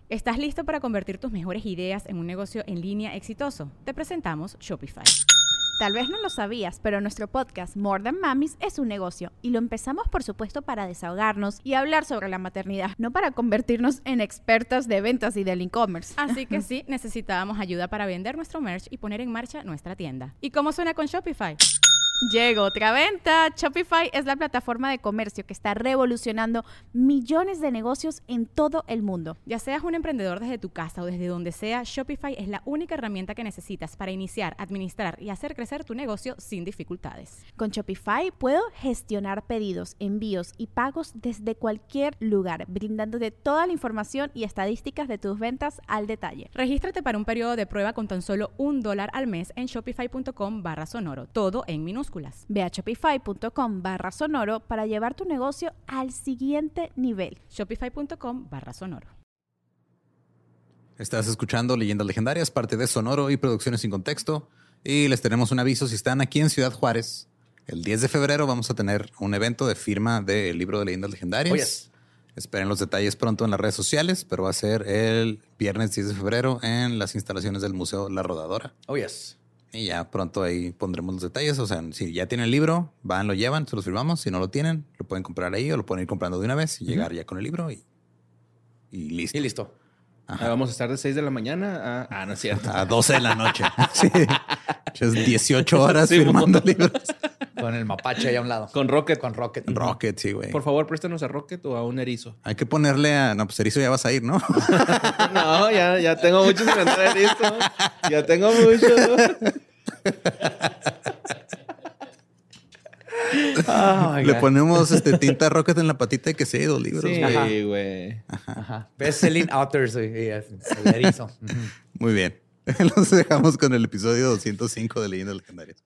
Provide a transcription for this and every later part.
¿Estás listo para convertir tus mejores ideas en un negocio en línea exitoso? Te presentamos Shopify. Tal vez no lo sabías, pero nuestro podcast More Than Mamis es un negocio y lo empezamos por supuesto para desahogarnos y hablar sobre la maternidad, no para convertirnos en expertas de ventas y del e-commerce. Así que sí, necesitábamos ayuda para vender nuestro merch y poner en marcha nuestra tienda. ¿Y cómo suena con Shopify? Llegó otra venta. Shopify es la plataforma de comercio que está revolucionando millones de negocios en todo el mundo. Ya seas un emprendedor desde tu casa o desde donde sea, Shopify es la única herramienta que necesitas para iniciar, administrar y hacer crecer tu negocio sin dificultades. Con Shopify puedo gestionar pedidos, envíos y pagos desde cualquier lugar, brindándote toda la información y estadísticas de tus ventas al detalle. Regístrate para un periodo de prueba con tan solo $1 al mes en shopify.com/sonoro, todo en minúsculas. Ve a shopify.com/sonoro para llevar tu negocio al siguiente nivel. Shopify.com/sonoro. Estás escuchando Leyendas Legendarias, parte de Sonoro y Producciones Sin Contexto. Y les tenemos un aviso, si están aquí en Ciudad Juárez, el 10 de febrero vamos a tener un evento de firma del libro de Leyendas Legendarias. Oh, yes. Esperen los detalles pronto en las redes sociales, pero va a ser el viernes 10 de febrero en las instalaciones del Museo La Rodadora. Oh, yes. Y ya pronto ahí pondremos los detalles. O sea, si ya tienen el libro, van, lo llevan, se los firmamos. Si no lo tienen, lo pueden comprar ahí o lo pueden ir comprando de una vez y llegar ya con el libro y listo. Y listo. Ajá. Vamos a estar de 6 de la mañana a... no es cierto. A 12 de la noche. Sí. Es 18 horas Sí, firmando libros. Con el mapache ahí a un lado. Con Rocket. Con Rocket. Rocket, sí, güey. Por favor, préstanos a Rocket o a un erizo. Hay que ponerle a... No, pues erizo ya vas a ir, ¿no? No, ya tengo mucho sin entrar erizo. Ya tengo mucho. Oh, Le ponemos tinta Rocket en la patita y que se ha ido libros. Sí, güey. güey. Ajá. Best-selling authors, güey. El erizo. Muy bien. Los dejamos con el episodio 205 de Leyendas Legendarias.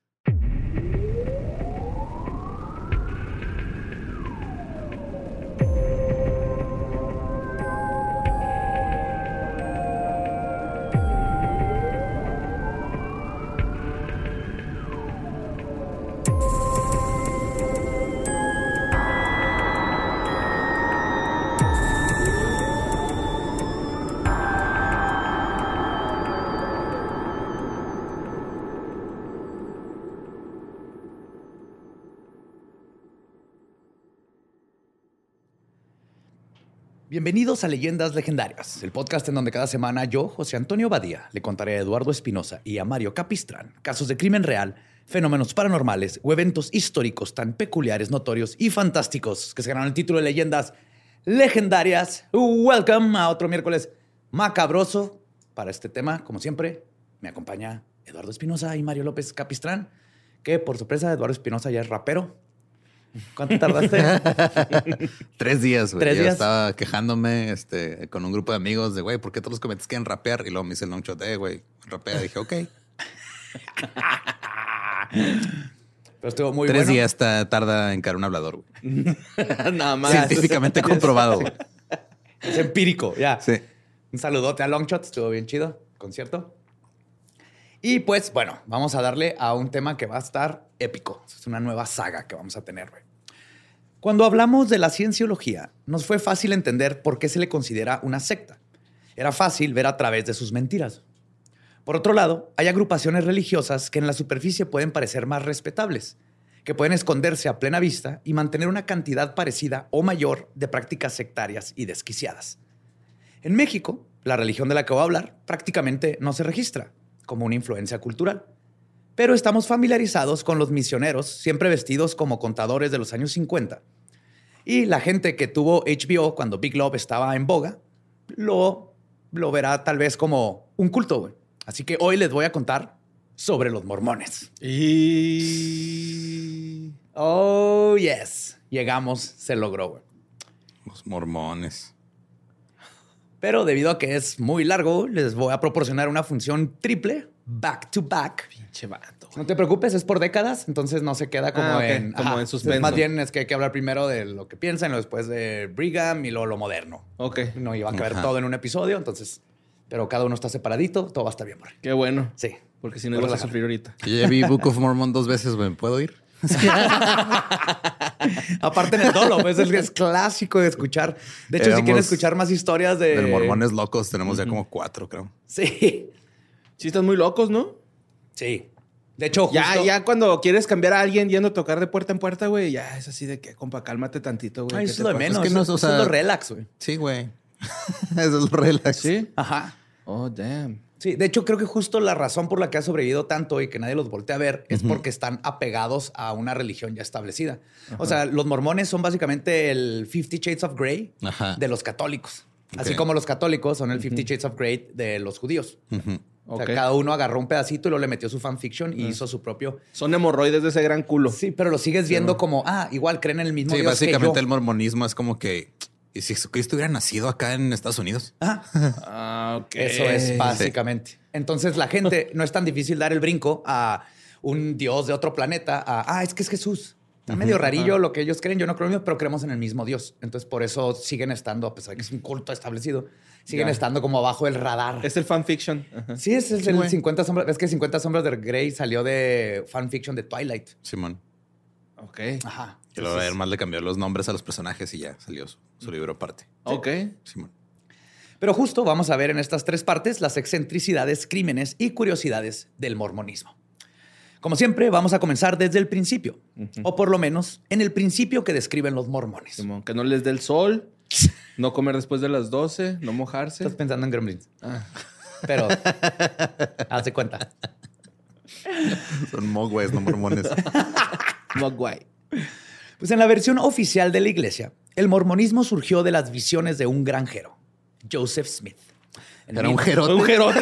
Bienvenidos a Leyendas Legendarias, el podcast en donde cada semana yo, José Antonio Badía, le contaré a Eduardo Espinosa y a Mario Capistrán casos de crimen real, fenómenos paranormales o eventos históricos tan peculiares, notorios y fantásticos que se ganaron el título de Leyendas Legendarias. Welcome a otro miércoles macabroso. Para este tema, como siempre, me acompaña Eduardo Espinosa y Mario López Capistrán, que por sorpresa Eduardo Espinosa ya es rapero. ¿Cuánto tardaste? 3 días, güey. 3 Yo días. estaba quejándome con un grupo de amigos de, güey, ¿por qué todos los comediantes quieren rapear? Y luego me hice el long shot, güey, rapea. Dije, ok. Pero estuvo muy 3 bueno. días tarda en caer un hablador, güey. Nada más. Científicamente comprobado, güey. Es empírico, ya. Sí. Un saludote a Longshot, estuvo bien chido, concierto. Y pues, bueno, vamos a darle a un tema que va a estar épico. Es una nueva saga que vamos a tener, güey. Cuando hablamos de la cienciología, nos fue fácil entender por qué se le considera una secta. Era fácil ver a través de sus mentiras. Por otro lado, hay agrupaciones religiosas que en la superficie pueden parecer más respetables, que pueden esconderse a plena vista y mantener una cantidad parecida o mayor de prácticas sectarias y desquiciadas. En México, la religión de la que voy a hablar prácticamente no se registra como una influencia cultural. Pero estamos familiarizados con los misioneros, siempre vestidos como contadores de los años 50. Y la gente que tuvo HBO cuando Big Love estaba en boga, lo verá tal vez como un culto, güey. Así que hoy les voy a contar sobre los mormones. Oh, yes. Llegamos, se logró, güey. Los mormones. Pero debido a que es muy largo, les voy a proporcionar una función triple, back to back. Pinche vato. No te preocupes, es por décadas, entonces no se queda como Ah, ok, en... como en suspenso. Más bien es que hay que hablar primero de lo que piensan, y después de Brigham y luego lo moderno. Ok. No iba a caber Ajá. todo en un episodio, entonces... Pero cada uno está separadito, todo va a estar bien, Borre. Qué bueno. Sí. Porque si no Por ibas a relajar. sufrir ahorita. Yo ya vi Book of Mormon 2 veces, güey. ¿Puedo ir? Aparte en el dolo, pues es clásico de escuchar. De hecho, si quieren escuchar más historias de mormones locos, tenemos ya como 4, creo. Sí. Sí, están muy locos, ¿no? Sí. De hecho, justo... Ya cuando quieres cambiar a alguien yendo a tocar de puerta en puerta, güey, ya es así de que, compa, cálmate tantito, güey. Ay, eso es lo de menos. Es que no, Eso es lo relax, güey. Sí, güey. Eso es lo relax. ¿Sí? Ajá. Oh, damn. Sí, de hecho, creo que justo la razón por la que ha sobrevivido tanto y que nadie los voltea a ver es porque están apegados a una religión ya establecida. Ajá. O sea, los mormones son básicamente el 50 Shades of Grey de los católicos. Okay. Así como los católicos son el 50 Shades of Grey de los judíos. O sea, cada uno agarró un pedacito y luego le metió su fanfiction y hizo su propio... Son hemorroides de ese gran culo. Sí, pero lo sigues viendo como, igual creen en el mismo Dios básicamente que yo. El mormonismo es como que... ¿Y si Jesucristo hubiera nacido acá en Estados Unidos? Ok. Eso es básicamente. Sí. Entonces la gente no es tan difícil dar el brinco a un Dios de otro planeta es que es Jesús. Está medio rarillo lo que ellos creen. Yo no creo en Dios, pero creemos en el mismo Dios. Entonces por eso siguen estando, a pesar de que es un culto establecido, siguen estando como abajo del radar. Es el fanfiction. Sí, es el 50 sombras. Es que 50 sombras de Grey salió de fanfiction de Twilight. Simón. Ok. Ajá. Que luego además le cambió los nombres a los personajes y ya salió su libro aparte. Ok. Simón. Pero justo vamos a ver en estas 3 partes las excentricidades, crímenes y curiosidades del mormonismo. Como siempre, vamos a comenzar desde el principio. O por lo menos en el principio que describen los mormones. Simón, que no les dé el sol, no comer después de las 12, no mojarse. Estás pensando en gremlins. Pero haz de cuenta. Son mogwais, no mormones. Mogwai. Pues en la versión oficial de la iglesia, el mormonismo surgió de las visiones de un granjero, Joseph Smith. Era un jerote. Un jerote.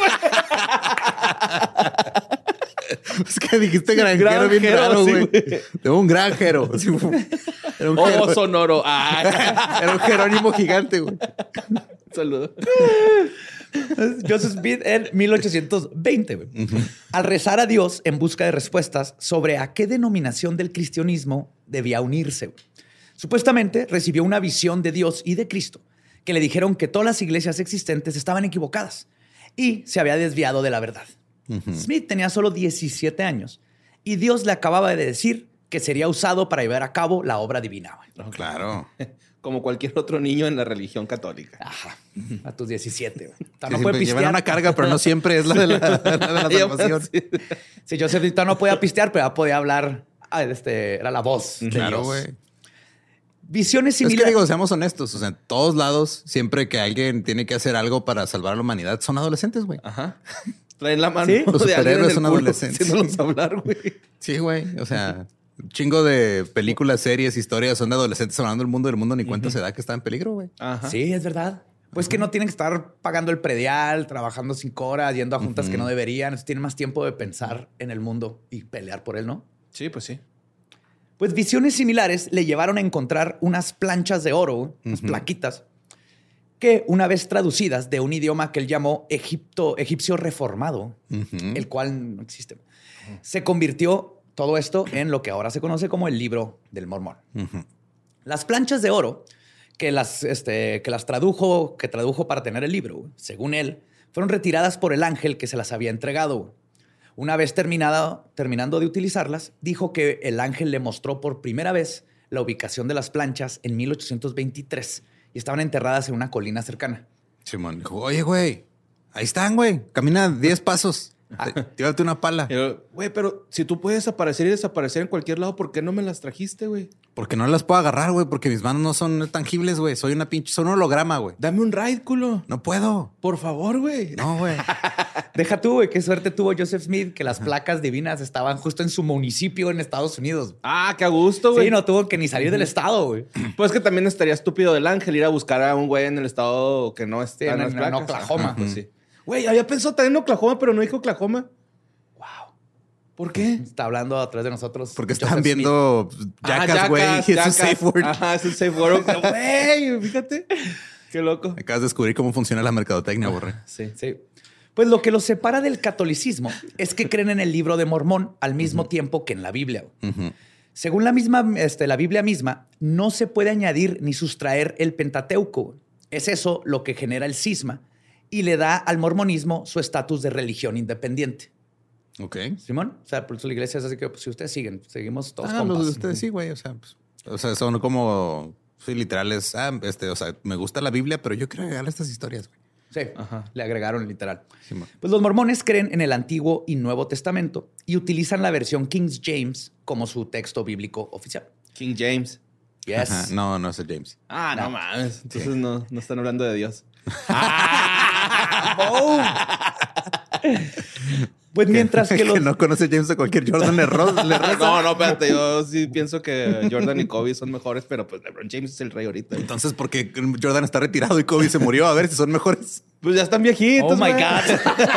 Es que dijiste granjero bien raro, güey. De un granjero. Era un sonoro. Era un jerónimo gigante, güey. Saludos. Joseph Smith en 1820, güey. Al rezar a Dios en busca de respuestas sobre a qué denominación del cristianismo debía unirse, güey. Supuestamente recibió una visión de Dios y de Cristo que le dijeron que todas las iglesias existentes estaban equivocadas y se había desviado de la verdad. Smith tenía solo 17 años y Dios le acababa de decir que sería usado para llevar a cabo la obra divina, güey. Claro. Como cualquier otro niño en la religión católica. Ajá. A tus 17, güey. No puede pistear. Llevan una carga, pero no siempre es la de la salvación. Sí, Joseph Smith no podía pistear, pero podía hablar. Era la voz de claro, Dios. Güey. Visiones similares. Es que digo, seamos honestos. O sea, en todos lados, siempre que alguien tiene que hacer algo para salvar a la humanidad, son adolescentes, güey. Ajá. Traen la mano. ¿Sí? Los superhéroes son adolescentes. Haciéndolos hablar, güey. Sí, güey. O sea, un chingo de películas, series, historias son de adolescentes hablando del mundo ni cuenta se da que está en peligro, güey. Ajá. Sí, es verdad. Pues que no tienen que estar pagando el predial, trabajando 5 horas, yendo a juntas que no deberían. Entonces tienen más tiempo de pensar en el mundo y pelear por él, ¿no? Sí, pues sí. Pues visiones similares le llevaron a encontrar unas planchas de oro, unas plaquitas, que una vez traducidas de un idioma que él llamó egipcio reformado, el cual no existe, se convirtió todo esto en lo que ahora se conoce como el Libro del Mormón. Las planchas de oro que tradujo para tener el libro, según él, fueron retiradas por el ángel que se las había entregado. Una vez terminando de utilizarlas, dijo que el ángel le mostró por primera vez la ubicación de las planchas en 1823 y estaban enterradas en una colina cercana. Simón dijo, oye, güey, ahí están, güey. Camina 10 pasos. Tírate una pala. Güey, pero si tú puedes aparecer y desaparecer en cualquier lado, ¿por qué no me las trajiste, güey? Porque no las puedo agarrar, güey, porque mis manos no son tangibles, güey. Soy un holograma, güey. Dame un ride, culo. No puedo. Por favor, güey. No, güey. Deja tú, güey. Qué suerte tuvo Joseph Smith que las placas divinas estaban justo en su municipio en Estados Unidos. Ah, qué a gusto, güey. Sí, no tuvo que ni salir del estado, güey. Pues que también estaría estúpido del ángel ir a buscar a un güey en el estado que no esté en las placas. En Oklahoma. Pues sí. Güey, había pensado también en Oklahoma, pero no dijo Oklahoma. Wow. ¿Por qué? Está hablando atrás de nosotros. Porque estaban viendo Jackass, güey. Es un safe word. Ajá, es un safe word. Güey, fíjate. Qué loco. Acabas de descubrir cómo funciona la mercadotecnia, Borre. Sí. Pues lo que los separa del catolicismo es que creen en el Libro de Mormón al mismo tiempo que en la Biblia. Según la Biblia misma, no se puede añadir ni sustraer el Pentateuco. Es eso lo que genera el cisma y le da al mormonismo su estatus de religión independiente. Ok. ¿Simón? O sea, por eso la iglesia es así que pues, si ustedes seguimos todos los compas. de ustedes sí, güey. O sea, pues. O sea, son como literales. O sea, me gusta la Biblia, pero yo quiero agregarle estas historias, güey. Sí, le agregaron literal. Sí, pues los mormones creen en el Antiguo y Nuevo Testamento y utilizan la versión King James como su texto bíblico oficial. King James. Yes. Ajá. No es el James. No mames. Entonces no están hablando de Dios. Pues mientras que los... que no conoce James a cualquier Jordan le reza. No, espérate. Yo sí pienso que Jordan y Kobe son mejores, pero pues LeBron James es el rey ahorita. Entonces, ¿por qué Jordan está retirado y Kobe se murió? A ver si son mejores. Pues ya están viejitos. Oh my güey. God.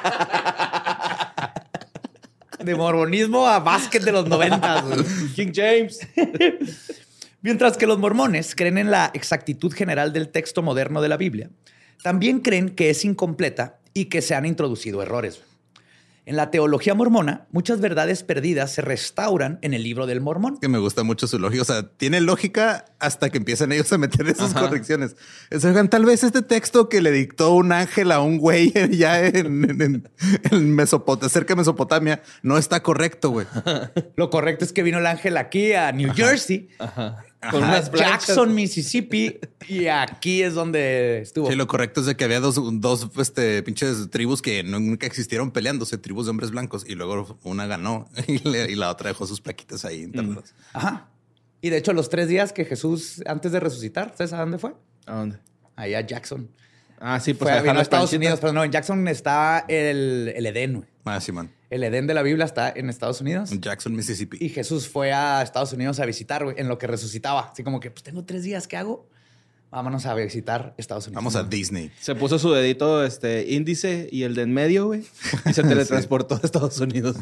De mormonismo a básquet de los 90. King James. Mientras que los mormones creen en la exactitud general del texto moderno de la Biblia, también creen que es incompleta y que se han introducido errores. En la teología mormona, muchas verdades perdidas se restauran en el libro del Mormón. Que me gusta mucho su lógica. O sea, tiene lógica hasta que empiezan ellos a meter esas correcciones. O sea, tal vez este texto que le dictó un ángel a un güey ya en Mesopotamia, cerca de Mesopotamia, no está correcto, güey. Lo correcto es que vino el ángel aquí a New Jersey, Con unas planchas. Jackson, Mississippi, y aquí es donde estuvo. Sí, lo correcto es de que había dos pinches tribus que nunca existieron peleándose, tribus de hombres blancos, y luego una ganó y la otra dejó sus plaquitas ahí enterradas. Ajá. Y de hecho, los 3 días que Jesús, antes de resucitar, ¿sabes a dónde fue? ¿A dónde? Ahí a Jackson. Ah, sí, pues Fue dejar a las Estados planchitas. Unidos, pero no, en Jackson está el Edén, güey. Ah, sí, man. El Edén de la Biblia está en Estados Unidos. Jackson, Mississippi. Y Jesús fue a Estados Unidos a visitar, güey, en lo que resucitaba. Así como que, pues tengo 3 días, ¿qué hago? Vámonos a visitar Estados Unidos. Vamos a Disney. Se puso su dedito índice y el de en medio, güey. Y se teletransportó a Estados Unidos.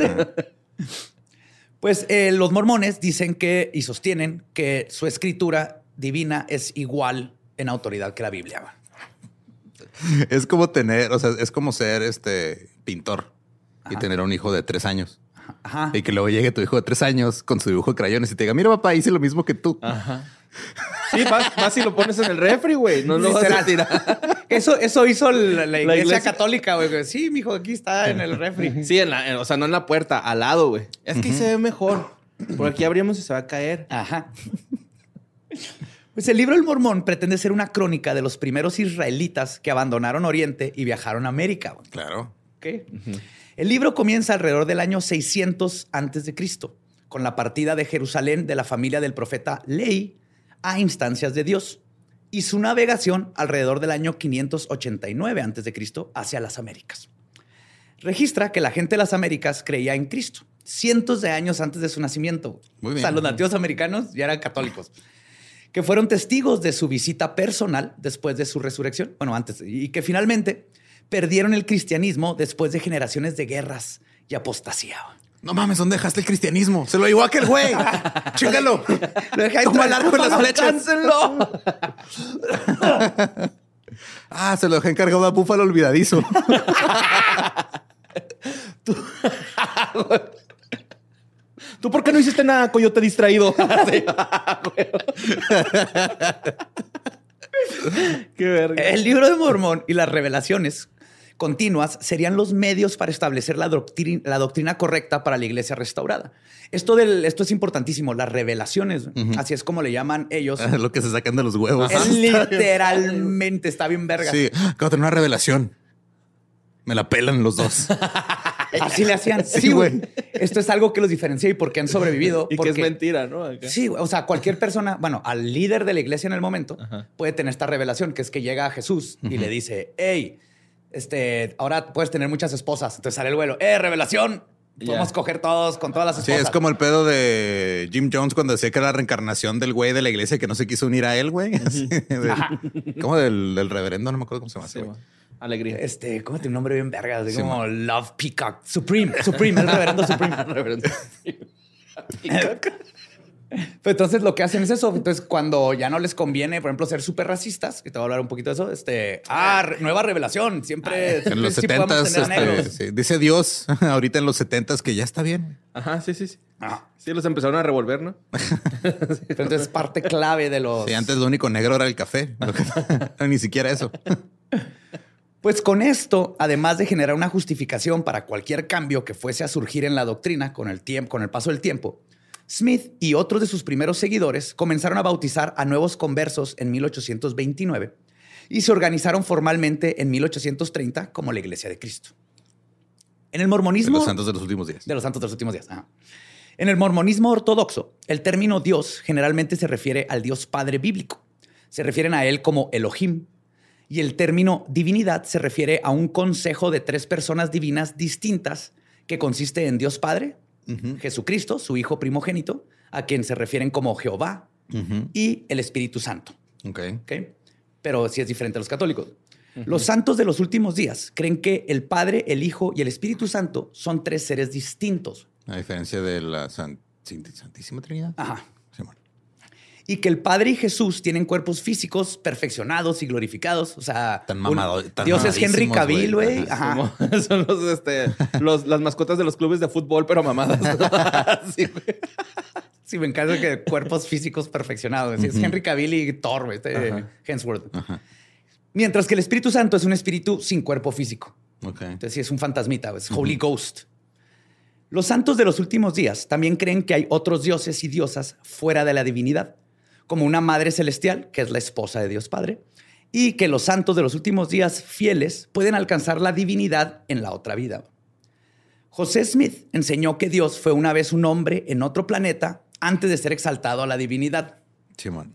Pues los mormones dicen que y sostienen que su escritura divina es igual en autoridad que la Biblia, güey. Es como tener, o sea, es como ser pintor y tener un hijo de 3 años. Ajá. Y que luego llegue tu hijo de 3 años con su dibujo de crayones y te diga, mira, papá, hice lo mismo que tú. Ajá. Sí, vas y lo pones en el refri, güey. No lo vas a tirar. Eso hizo la iglesia católica, güey. Sí, mijo, aquí está en el refri. Sí, o sea, no en la puerta, al lado, güey. Es que ahí se ve mejor. Por aquí abrimos y se va a caer. Ajá. Pues el libro del Mormón pretende ser una crónica de los primeros israelitas que abandonaron Oriente y viajaron a América, güey. Claro. ¿Okay? El libro comienza alrededor del año 600 a.C., con la partida de Jerusalén de la familia del profeta Lehi a instancias de Dios y su navegación alrededor del año 589 a.C. hacia las Américas. Registra que la gente de las Américas creía en Cristo cientos de años antes de su nacimiento. Muy bien. O sea, los nativos americanos ya eran católicos, que fueron testigos de su visita personal después de su resurrección, bueno, antes, y que finalmente perdieron el cristianismo después de generaciones de guerras y apostasía. No mames, ¿dónde dejaste el cristianismo? Se lo llevó aquel güey. Chíngalo. Lo dejé ahí. Toma el arco y las flechas. ¡Cáncenlo! Se lo dejé encargado a Búfalo olvidadizo. ¿Tú por qué no hiciste nada, coyote distraído? Qué verga. El libro de Mormón y las revelaciones continuas serían los medios para establecer la doctrina correcta para la iglesia restaurada. Esto es importantísimo, las revelaciones. Así es como le llaman ellos. Lo que se sacan de los huevos. Es literalmente, está bien verga. Sí, acabo de tener una revelación. Me la pelan los dos. Así le hacían. Sí, güey. Esto es algo que los diferencia y por qué han sobrevivido. Y que es mentira, ¿no? Acá. Sí, o sea, cualquier persona, bueno, al líder de la iglesia en el momento puede tener esta revelación, que es que llega a Jesús y le dice, hey, ahora puedes tener muchas esposas. Entonces sale el vuelo, revelación. Podemos coger todos con todas las esposas. Sí, es como el pedo de Jim Jones cuando decía que era la reencarnación del güey de la iglesia que no se quiso unir a él, güey. Como del reverendo, no me acuerdo cómo se llama. Sí, güey. Alegría. ¿Cómo tiene un nombre bien verga? Así como Love Peacock. Supreme, el reverendo Supreme. Pero entonces lo que hacen es eso. Entonces, cuando ya no les conviene, por ejemplo, ser súper racistas, y te voy a hablar un poquito de eso, nueva revelación. Siempre En los sí podemos 70s, tener negros. sí, dice Dios ahorita en los 70s que ya está bien. Ajá, sí. Ah. Sí, los empezaron a revolver, ¿no? Pero entonces, parte clave de los... Sí, antes lo único negro era el café. Ni siquiera eso. Pues con esto, además de generar una justificación para cualquier cambio que fuese a surgir en la doctrina con el paso del tiempo, Smith y otros de sus primeros seguidores comenzaron a bautizar a nuevos conversos en 1829 y se organizaron formalmente en 1830 como la Iglesia de Cristo. En el mormonismo... De los santos de los últimos días. De los santos de los últimos días. Ajá. En el mormonismo ortodoxo, el término Dios generalmente se refiere al Dios Padre bíblico. Se refieren a él como Elohim. Y el término divinidad se refiere a un consejo de 3 personas divinas distintas que consiste en Dios Padre, Jesucristo, su Hijo primogénito, a quien se refieren como Jehová, y el Espíritu Santo. Okay. Pero sí es diferente a los católicos. Los santos de los últimos días creen que el Padre, el Hijo y el Espíritu Santo son 3 seres distintos. A diferencia de la Santísima Trinidad. Ajá. Sí, bueno. Y que el Padre y Jesús tienen cuerpos físicos perfeccionados y glorificados. O sea, Tan mamado, tan Dios es Henry mamadísimos, Cavill, güey. güey. Ajá. Son las mascotas de los clubes de fútbol, pero mamadas. Sí, güey. Sí, me encanta que cuerpos físicos perfeccionados. Sí, es Henry Cavill y Thor, güey, Hemsworth. Mientras que el Espíritu Santo es un espíritu sin cuerpo físico. Okay. Entonces sí, es un fantasmita, es Holy Ghost. Los santos de los últimos días también creen que hay otros dioses y diosas fuera de la divinidad, como una madre celestial, que es la esposa de Dios Padre, y que los santos de los últimos días fieles pueden alcanzar la divinidad en la otra vida. José Smith enseñó que Dios fue una vez un hombre en otro planeta antes de ser exaltado a la divinidad. Simón.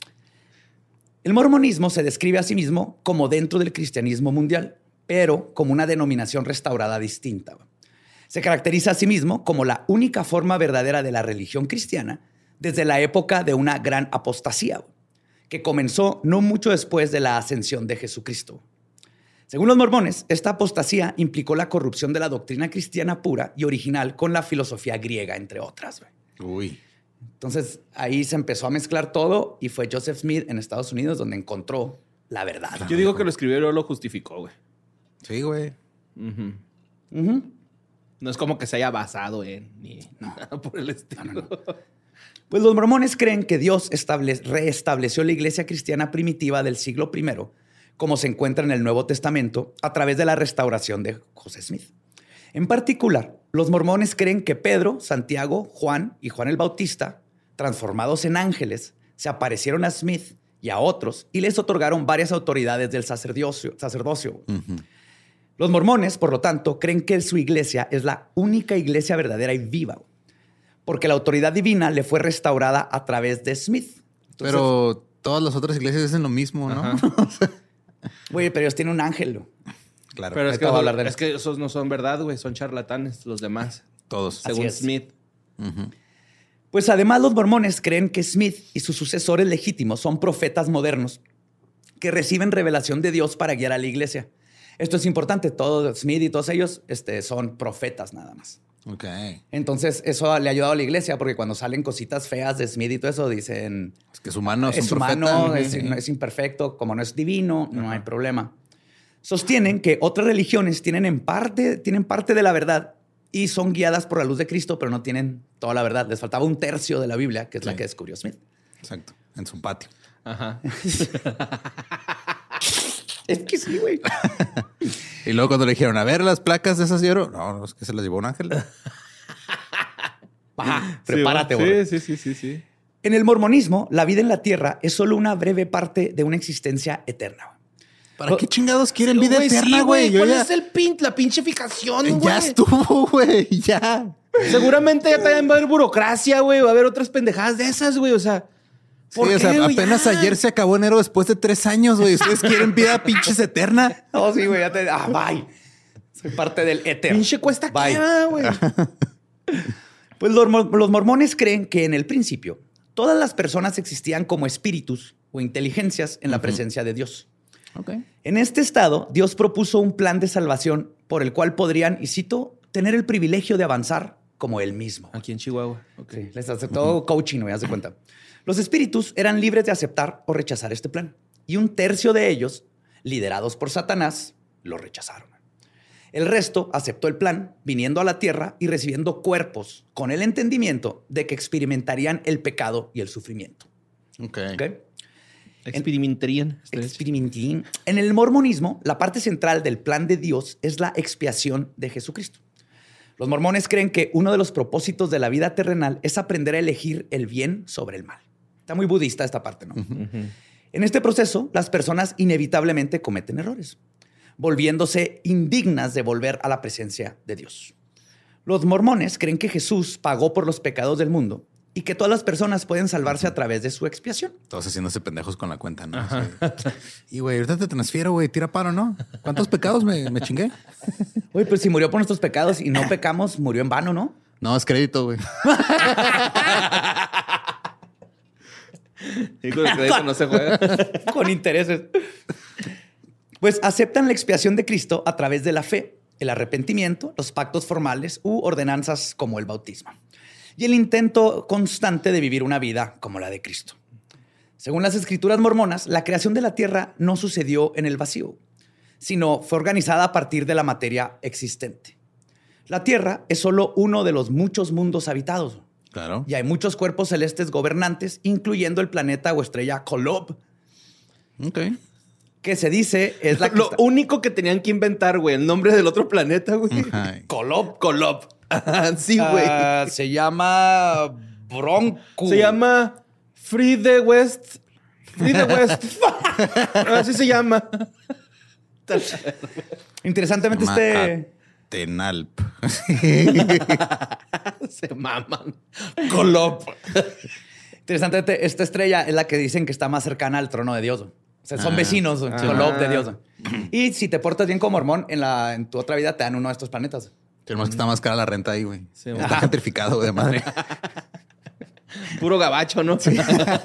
El mormonismo se describe a sí mismo como dentro del cristianismo mundial, pero como una denominación restaurada distinta. Se caracteriza a sí mismo como la única forma verdadera de la religión cristiana desde la época de una gran apostasía, que comenzó no mucho después de la ascensión de Jesucristo. Según los mormones, esta apostasía implicó la corrupción de la doctrina cristiana pura y original con la filosofía griega, entre otras. Uy. Entonces, ahí se empezó a mezclar todo y fue Joseph Smith en Estados Unidos donde encontró la verdad. Yo digo que lo escribió y luego lo justificó, güey. Sí, güey. No es como que se haya basado en ni nada por el estilo. No. Pues los mormones creen que Dios reestableció la iglesia cristiana primitiva del siglo I, como se encuentra en el Nuevo Testamento, a través de la restauración de José Smith. En particular, los mormones creen que Pedro, Santiago, Juan y Juan el Bautista, transformados en ángeles, se aparecieron a Smith y a otros y les otorgaron varias autoridades del sacerdocio. Los mormones, por lo tanto, creen que su iglesia es la única iglesia verdadera y viva, porque la autoridad divina le fue restaurada a través de Smith. Entonces, pero todas las otras iglesias hacen lo mismo, ¿no? güey, pero ellos tienen un ángel. Claro. Pero Ahorita voy a hablar de es que esos no son verdad, güey. Son charlatanes los demás. Todos. Según es. Smith. Pues además los mormones creen que Smith y sus sucesores legítimos son profetas modernos que reciben revelación de Dios para guiar a la iglesia. Esto es importante. Todos Smith y todos ellos son profetas nada más. Ok. Entonces eso le ha ayudado a la iglesia porque cuando salen cositas feas de Smith y todo eso dicen... Es que es humano, es humano, es imperfecto, como no es divino, no hay problema. Sostienen que otras religiones tienen parte de la verdad y son guiadas por la luz de Cristo, pero no tienen toda la verdad. Les faltaba 1/3 de la Biblia, que es la que descubrió Smith. Exacto. En su patio. Ajá. Es que sí, güey. Y luego cuando le dijeron, a ver, las placas de esas de oro. No, es que se las llevó un ángel. Ajá, prepárate, güey. Sí. En el mormonismo, la vida en la tierra es solo una breve parte de una existencia eterna. ¿Para qué chingados quieren vida eterna, güey? ¿Cuál es la pinche fijación, güey? Ya estuvo, güey. Ya. Seguramente ya también va a haber burocracia, güey. Va a haber otras pendejadas de esas, güey. O sea, ¿por qué, güey? Apenas Ya. ayer se acabó enero después de 3 años, güey. ¿Ustedes quieren vida pinches eterna? No, sí, güey. Bye. Soy parte del éter. Pinche cuesta Bye. queda, güey. Pues los mormones creen que en el principio todas las personas existían como espíritus o inteligencias en la presencia de Dios. Okay. En este estado, Dios propuso un plan de salvación por el cual podrían, y cito, tener el privilegio de avanzar como él mismo. Aquí en Chihuahua. Okay. Sí, les aceptó coaching, güey, haz de cuenta. Los espíritus eran libres de aceptar o rechazar este plan. Y 1/3 de ellos, liderados por Satanás, lo rechazaron. El resto aceptó el plan, viniendo a la tierra y recibiendo cuerpos con el entendimiento de que experimentarían el pecado y el sufrimiento. Ok. Experimentarían. En el mormonismo, la parte central del plan de Dios es la expiación de Jesucristo. Los mormones creen que uno de los propósitos de la vida terrenal es aprender a elegir el bien sobre el mal. Está muy budista esta parte, ¿no? En este proceso, las personas inevitablemente cometen errores, volviéndose indignas de volver a la presencia de Dios. Los mormones creen que Jesús pagó por los pecados del mundo y que todas las personas pueden salvarse a través de su expiación. Todos haciéndose pendejos con la cuenta, ¿no? Sí. Y güey, ahorita te transfiero, güey, tira paro, ¿no? ¿Cuántos pecados me chingué? Oye, pues si murió por nuestros pecados y no pecamos, murió en vano, ¿no? No, es crédito, güey. Y con el crédito no se juega. Con intereses. Pues aceptan la expiación de Cristo a través de la fe, el arrepentimiento, los pactos formales u ordenanzas como el bautismo y el intento constante de vivir una vida como la de Cristo. Según las escrituras mormonas, la creación de la tierra no sucedió en el vacío, sino fue organizada a partir de la materia existente. La tierra es solo uno de los muchos mundos habitados. Claro. Y hay muchos cuerpos celestes gobernantes, incluyendo el planeta o estrella Kolob, Ok. que se dice es la que Lo único que tenían que inventar, güey, el nombre del otro planeta, güey. Ajá. Kolob. Kolob. Sí, güey. Se llama Bronco. Se llama Free the West. Free the West. Así se llama. Interesantemente, Tenalp. Se maman. Kolob. Interesantemente, esta estrella es la que dicen que está más cercana al trono de Dios. O sea, son vecinos, Kolob de Dios. Y si te portas bien como mormón, en tu otra vida te dan uno de estos planetas. Tenemos que está más cara la renta ahí, güey. Sí, Está gentrificado, güey, de madre. Puro gabacho, ¿no? Pues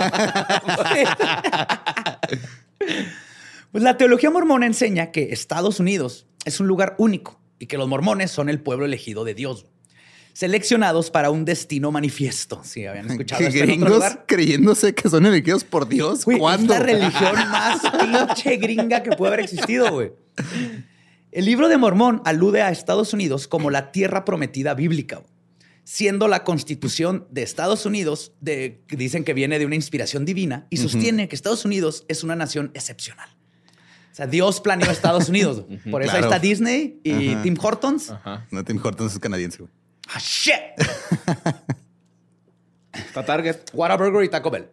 la teología mormona enseña que Estados Unidos es un lugar único y que los mormones son el pueblo elegido de Dios, seleccionados para un destino manifiesto. Sí, habían escuchado ¿Qué esto en otro gringos lugar. creyéndose que son elegidos por Dios? Güey, ¿Cuándo? es la religión más pinche gringa que puede haber existido, güey. El libro de Mormón alude a Estados Unidos como la tierra prometida bíblica, güey, siendo la constitución de Estados Unidos, dicen que viene de una inspiración divina y sostiene que Estados Unidos es una nación excepcional. O sea, Dios planeó a Estados Unidos. Por eso Claro. ahí está Disney y Tim Hortons. Ajá. No, Tim Hortons es canadiense, güey. ¡Ah, shit! Está Target. Whataburger y Taco Bell.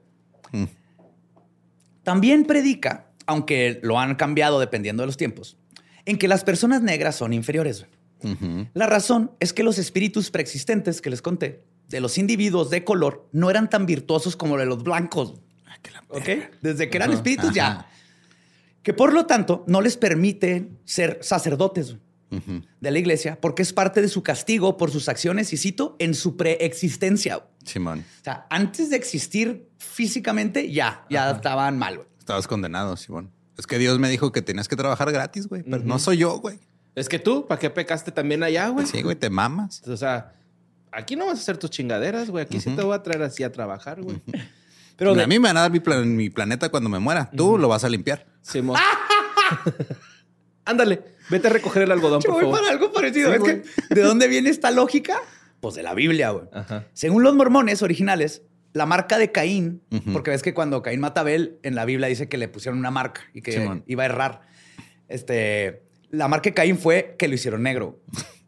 También predica, aunque lo han cambiado dependiendo de los tiempos, en que las personas negras son inferiores. La razón es que los espíritus preexistentes que les conté de los individuos de color no eran tan virtuosos como los de los blancos. ¿Ok? Desde que eran espíritus ya. Que por lo tanto no les permite ser sacerdotes de la iglesia porque es parte de su castigo por sus acciones, y cito, en su preexistencia. Simón. O sea, antes de existir físicamente ya estaban mal, güey. Estabas condenado, Simón. Es que Dios me dijo que tenías que trabajar gratis, güey. Pero no soy yo, güey. Es que tú, ¿para qué pecaste también allá, güey? Sí, güey, te mamas. O sea, aquí no vas a hacer tus chingaderas, güey. Aquí sí te voy a traer así a trabajar, güey. Pero A mí me van a dar mi planeta cuando me muera. Tú lo vas a limpiar. Simón. Ándale, vete a recoger el algodón, yo por voy favor. para algo parecido. Sí, Es güey. que, ¿de dónde viene esta lógica? Pues de la Biblia, güey. Ajá. Según los mormones originales, la marca de Caín, porque ves que cuando Caín mata a Abel, en la Biblia dice que le pusieron una marca y que Simón. iba a errar. La marca de Caín fue que lo hicieron negro.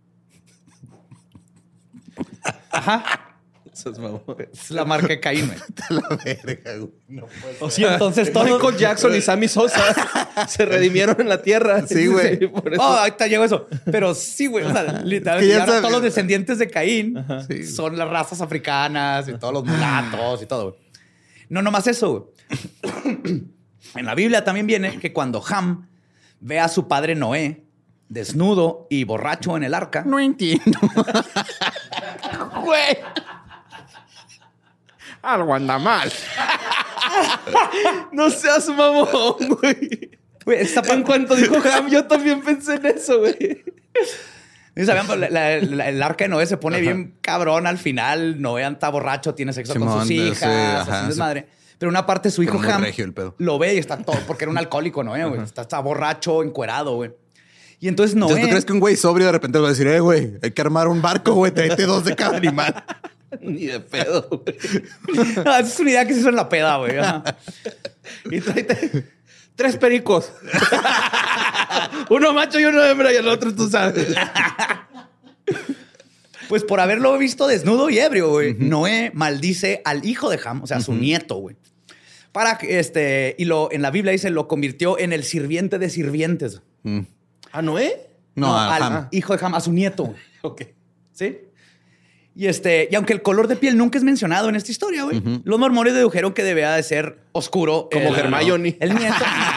Ajá. Eso es mamón. Es la marca de Caín, güey. La verga, güey. No puedo. O sea, entonces todos- Michael Jackson y Sammy Sosa se redimieron en la tierra. Sí, güey. por eso. Oh, ahorita llegó eso. Pero sí, güey. O sea, literalmente, Que ya y ahora sabes. todos los descendientes de Caín Sí. son las razas africanas y todos los mulatos y todo, güey. No nomás eso, güey. En la Biblia también viene que cuando Ham ve a su padre Noé desnudo y borracho en el arca, No entiendo. güey, Algo anda mal. No seas mamón, güey. güey, esta En cuanto dijo Ham, yo también pensé en eso, güey. ¿Sabían? El arca de Noé se pone bien cabrón al final. Noé está borracho, tiene sexo con Simón, sus sí, hijas, ajá, es un desmadre. Pero una parte su hijo Pero muy Ham regio el pedo. lo ve y está todo, porque era un alcohólico, Noé, güey. Está borracho, encuerado, güey. Y entonces Noé... Entonces, ¿tú crees que un güey sobrio de repente va a decir, güey, hay que armar un barco, güey, tráete 2 de cada animal? Ni de pedo, güey. No, esa es una idea que se hizo en la peda, güey. Ajá. Y tráete 3 pericos. Uno macho y uno hembra y el otro tú sabes. Pues por haberlo visto desnudo y ebrio, güey, Noé maldice al hijo de Ham, o sea, a su nieto, güey. Para que en la Biblia dice, lo convirtió en el sirviente de sirvientes. ¿A Noé? No, al Ham. hijo de Ham, a su nieto, güey. Ok. ¿Sí? Y aunque el color de piel nunca es mencionado en esta historia, güey, los mormones dedujeron que debía de ser oscuro. Como Hermione. El nieto.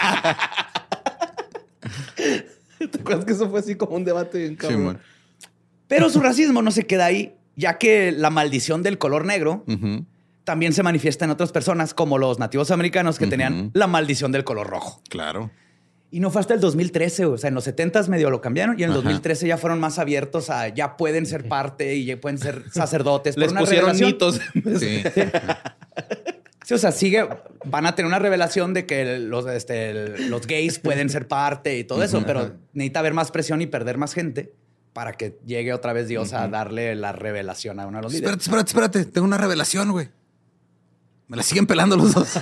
¿Te acuerdas que eso fue así como un debate bien cabrón? Simón. Pero su racismo no se queda ahí, ya que la maldición del color negro también se manifiesta en otras personas, como los nativos americanos que tenían la maldición del color rojo. Claro. Y no fue hasta el 2013, o sea, en los 70s medio lo cambiaron y en el 2013 ya fueron más abiertos a ya pueden ser parte y ya pueden ser sacerdotes. Les por una pusieron revelación. mitos. Sí. Sí, o sea, van a tener una revelación de que los gays pueden ser parte y todo eso, pero necesita haber más presión y perder más gente para que llegue otra vez Dios a darle la revelación a uno de los líderes. Espérate. Tengo una revelación, güey. Me la siguen pelando los dos.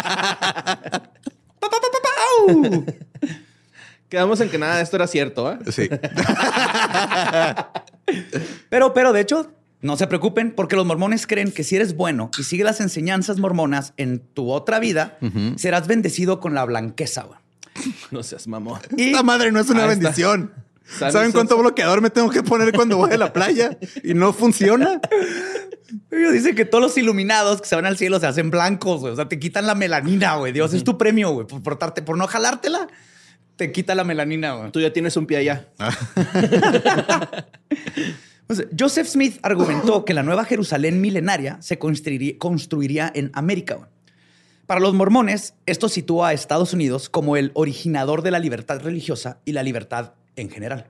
Quedamos en que nada de esto era cierto, ¿eh? Sí. Pero de hecho, no se preocupen porque los mormones creen que si eres bueno y sigues las enseñanzas mormonas en tu otra vida, serás bendecido con la blanqueza, güey. No seas mamón. Y Esta madre no es una Ahí está. bendición. San ¿Saben cuánto bloqueador me tengo que poner cuando voy a la playa? Y no funciona. ellos dicen que todos los iluminados que se van al cielo se hacen blancos, güey. O sea, te quitan la melanina, güey. Dios es tu premio, güey. Por no jalártela, te quita la melanina, güey. Tú ya tienes un pie allá. Joseph Smith argumentó que la nueva Jerusalén milenaria se construiría en América, güey. Para los mormones, esto sitúa a Estados Unidos como el originador de la libertad religiosa y la libertad en general.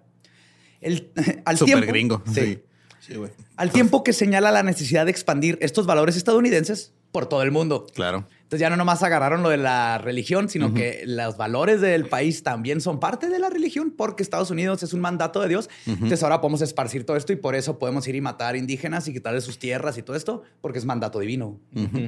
Súper gringo. Sí. Sí, güey. Al tiempo que señala la necesidad de expandir estos valores estadounidenses por todo el mundo. Claro. Entonces ya no nomás agarraron lo de la religión, sino que los valores del país también son parte de la religión porque Estados Unidos es un mandato de Dios. Entonces ahora podemos esparcir todo esto y por eso podemos ir y matar indígenas y quitarles sus tierras y todo esto porque es mandato divino.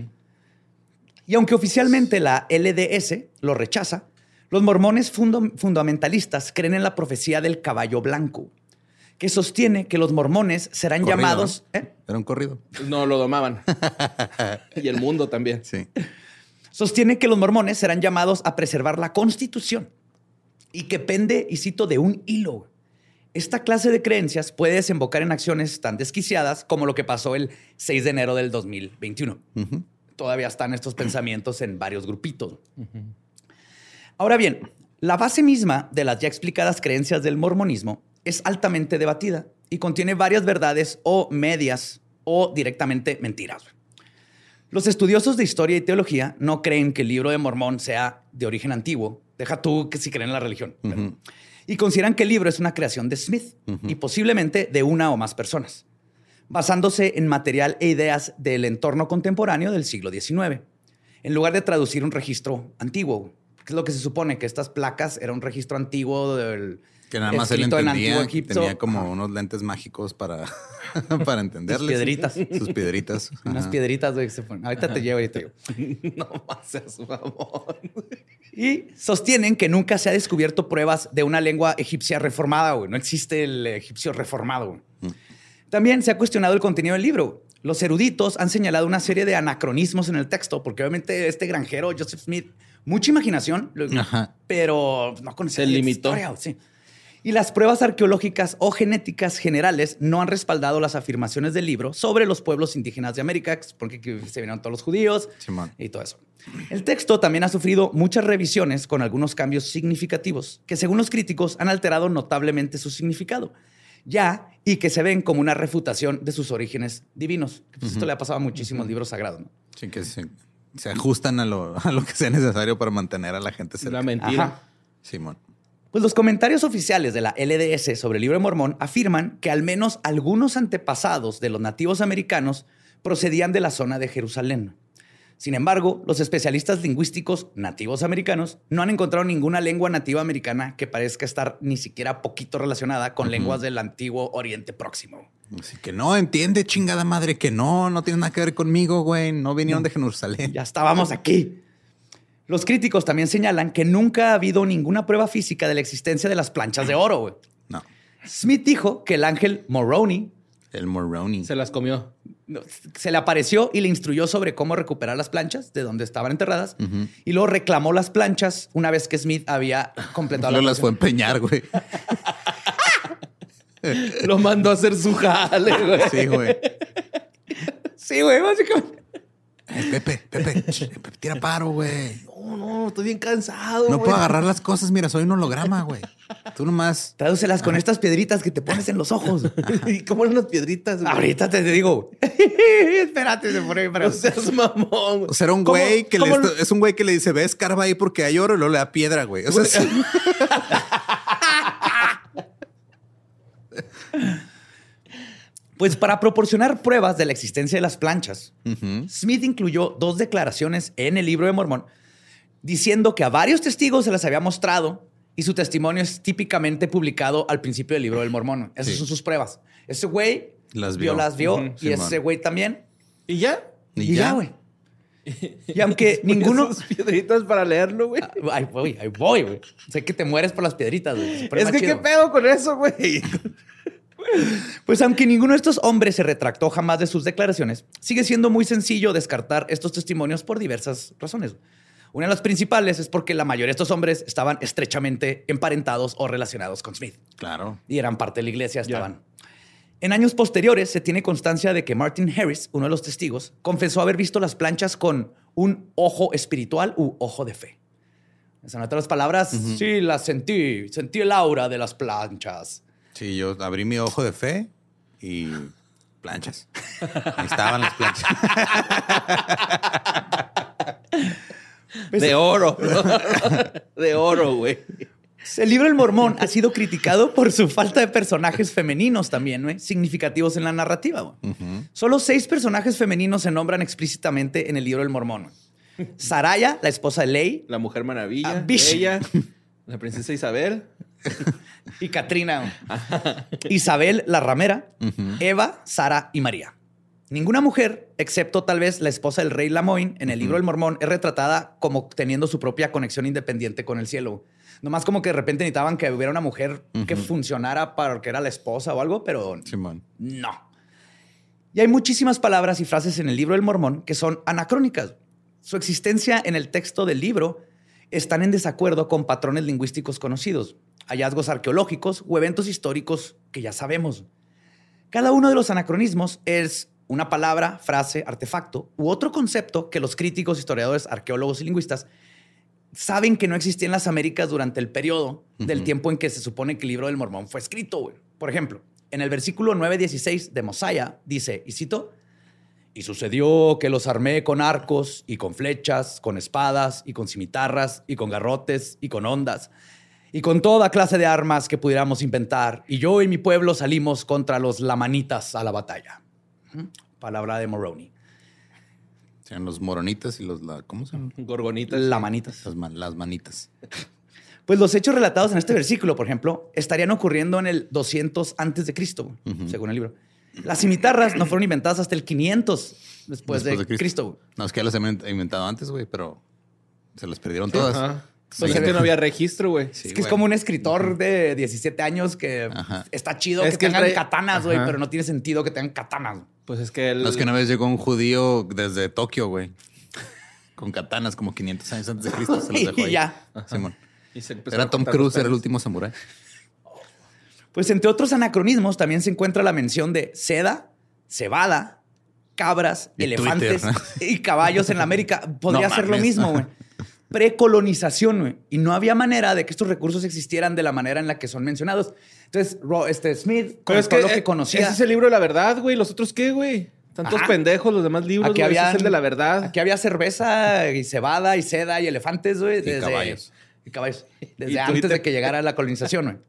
Y aunque oficialmente la LDS lo rechaza, los mormones fundamentalistas creen en la profecía del caballo blanco, que sostiene que los mormones serán Corrido, llamados... ¿no? Era un corrido. No, lo domaban. Y el mundo también. Sí. Sostiene que los mormones serán llamados a preservar la Constitución y que pende, y cito, de un hilo. Esta clase de creencias puede desembocar en acciones tan desquiciadas como lo que pasó el 6 de enero del 2021. Todavía están estos pensamientos en varios grupitos. Ahora bien, la base misma de las ya explicadas creencias del mormonismo es altamente debatida y contiene varias verdades o medias o directamente mentiras. Los estudiosos de historia y teología no creen que el libro de Mormón sea de origen antiguo. Deja tú que si creen en la religión. Y consideran que el libro es una creación de Smith y posiblemente de una o más personas, basándose en material e ideas del entorno contemporáneo del siglo XIX, en lugar de traducir un registro antiguo. Que es lo que se supone, que estas placas era un registro antiguo del... Que nada más él escrito en entendía, Antiguo Egipto. tenía como unos lentes mágicos para entenderles. piedritas. Sus piedritas. Unas Ajá. piedritas, güey, que se ponen. Ahorita te llevo, No más seas mamón. Y sostienen que nunca se ha descubierto pruebas de una lengua egipcia reformada, güey. No existe el egipcio reformado, güey. También se ha cuestionado el contenido del libro. Los eruditos han señalado una serie de anacronismos en el texto, porque obviamente este granjero, Joseph Smith, mucha imaginación, pero no conocía Se la limitó. historia, sí. Y las pruebas arqueológicas o genéticas generales no han respaldado las afirmaciones del libro sobre los pueblos indígenas de América, porque se vinieron todos los judíos Simón. y todo eso. El texto también ha sufrido muchas revisiones con algunos cambios significativos que, según los críticos, han alterado notablemente su significado, y que se ven como una refutación de sus orígenes divinos. Pues esto le ha pasado a muchísimos libros sagrados, ¿no? Sí, que se ajustan a lo que sea necesario para mantener a la gente cerca. Una mentira. Ajá. Simón. Pues los comentarios oficiales de la LDS sobre el libro de Mormón afirman que al menos algunos antepasados de los nativos americanos procedían de la zona de Jerusalén. Sin embargo, los especialistas lingüísticos nativos americanos no han encontrado ninguna lengua nativa americana que parezca estar ni siquiera poquito relacionada con lenguas del antiguo Oriente Próximo. Así que no, entiende, chingada madre, que no tiene nada que ver conmigo, güey. No vinieron de Jerusalén. Ya estábamos aquí. Los críticos también señalan que nunca ha habido ninguna prueba física de la existencia de las planchas de oro, güey. No. Smith dijo que el ángel Moroni El Moroni. Se las comió. No, se le apareció y le instruyó sobre cómo recuperar las planchas de donde estaban enterradas. Y luego reclamó las planchas una vez que Smith había completado Luego la las fue a empeñar, güey. Lo mandó a hacer su jale, güey. Sí, güey. Sí, güey, básicamente. Pepe, tira paro, güey. No, estoy bien cansado, No güey. puedo agarrar las cosas. Mira, soy un holograma, güey. Tú nomás. Tradúcelas con estas piedritas que te pones en los ojos. ¿Y cómo eran las piedritas, güey? Ahorita te digo. Espérate, se pone para... No seas mamón, güey. O sea, era un ¿Cómo- güey que cómo- es un güey que le dice, ve, escarba ahí porque hay oro y luego le da piedra, güey. O sea, sí. Pues para proporcionar pruebas de la existencia de las planchas, Smith incluyó 2 declaraciones en el Libro de Mormón diciendo que a varios testigos se las había mostrado y su testimonio es típicamente publicado al principio del Libro del Mormón. Esas Sí. son sus pruebas. Ese güey Las vio. las vio y Simón. ese güey también. ¿Y ya? ¿Y ya, ya? güey. Y aunque ninguno... Sus piedritas para leerlo, güey. Ahí voy, güey. Sé que te mueres por las piedritas, güey. Se pone Es más que chido. qué pedo con eso, güey. Pues aunque ninguno de estos hombres se retractó jamás de sus declaraciones, sigue siendo muy sencillo descartar estos testimonios por diversas razones. Una de las principales es porque la mayoría de estos hombres estaban estrechamente emparentados o relacionados con Smith Claro. y eran parte de la iglesia, estaban. En años posteriores se tiene constancia de que Martin Harris, uno de los testigos, confesó haber visto las planchas con un ojo espiritual u ojo de fe. En otras palabras, sí, las sentí el aura de las planchas. Sí, yo abrí mi ojo de fe y planchas. Ahí estaban las planchas. De oro. De oro, güey. El Libro del Mormón ha sido criticado por su falta de personajes femeninos también, ¿no? Significativos en la narrativa. Güey. Solo 6 personajes femeninos se nombran explícitamente en el Libro del Mormón. Güey. Saraya, la esposa de Ley, La Mujer Maravilla. Bish. Ella. La princesa Isabel. y Katrina. Güey. Isabel, la ramera, Eva, Sara y María. Ninguna mujer, excepto tal vez la esposa del rey Lamoine, en el Libro del Mormón, es retratada como teniendo su propia conexión independiente con el cielo. Nomás como que de repente necesitaban que hubiera una mujer que funcionara para que era la esposa o algo, pero Simón. no. Y hay muchísimas palabras y frases en el Libro del Mormón que son anacrónicas. Su existencia en el texto del libro están en desacuerdo con patrones lingüísticos conocidos, hallazgos arqueológicos o eventos históricos que ya sabemos. Cada uno de los anacronismos es una palabra, frase, artefacto u otro concepto que los críticos, historiadores, arqueólogos y lingüistas saben que no existía en las Américas durante el periodo del tiempo en que se supone que el Libro del Mormón fue escrito. Güey. Por ejemplo, en el versículo 9:16 de Mosiah dice, y cito, y sucedió que los armé con arcos y con flechas, con espadas y con cimitarras y con garrotes y con hondas y con toda clase de armas que pudiéramos inventar. Y yo y mi pueblo salimos contra los lamanitas a la batalla. Palabra de Moroni. Eran los moronitas y los... ¿Cómo se llaman? Gorgonitas. Lamanitas. Las manitas. Pues los hechos relatados en este versículo, por ejemplo, estarían ocurriendo en el 200 antes de Cristo, según el libro. Las cimitarras no fueron inventadas hasta el 500 después de Cristo. No, es que ya las habían inventado antes, güey, pero se las perdieron todas. Ajá. Pues Pues se es que ve. no había registro, güey. Sí, Es que es güey. como un escritor de 17 años que está chido Es que que el tengan rey- katanas, güey, Ajá. pero no tiene sentido que tengan katanas. Pues es que él... No, es que una vez llegó un judío desde Tokio, güey, con katanas como 500 años antes de Cristo. Se los dejó ahí. Y ya. Simón. y se empezó Era a Tom cortar los Cruise, era el pelos. último samurái. Pues entre otros anacronismos también se encuentra la mención de seda, cebada, cabras, Y elefantes Twitter, y caballos en la América. Podría No ser lo mames. mismo, güey. Precolonización, güey. Y no había manera de que estos recursos existieran de la manera en la que son mencionados. Entonces, Smith, con Pero es todo que, lo que conocía... ese es el libro de la verdad, güey. ¿Los otros qué, güey? Tantos Ajá. pendejos, los demás libros, Aquí güey. Ese habían- es el de la verdad. Aquí había cerveza y cebada y seda y elefantes, güey. Y caballos. Y caballos. Desde Y antes Twitter. de que llegara la colonización, güey.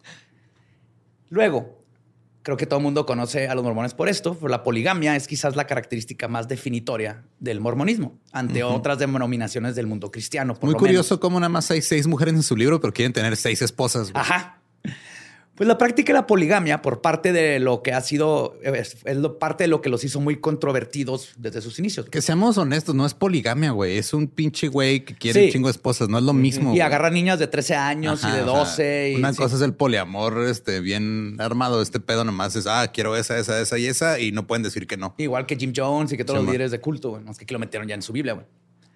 Luego, creo que todo el mundo conoce a los mormones por esto, pero la poligamia es quizás la característica más definitoria del mormonismo ante otras denominaciones del mundo cristiano. Por Muy lo curioso menos. cómo nada más hay 6 mujeres en su libro, pero quieren tener 6 esposas, güey. Ajá. Pues la práctica de la poligamia, por parte de lo que ha sido, parte de lo que los hizo muy controvertidos desde sus inicios. Que seamos honestos, no es poligamia, güey. Es un pinche güey que quiere un chingo de esposas. No es lo mismo. Y agarra niñas de 13 años y de 12. O sea, una cosa es el poliamor, bien armado. Este pedo nomás es, quiero esa y esa, y no pueden decir que no. Igual que Jim Jones y que todos los líderes de culto, güey. Más que aquí lo metieron ya en su Biblia, güey.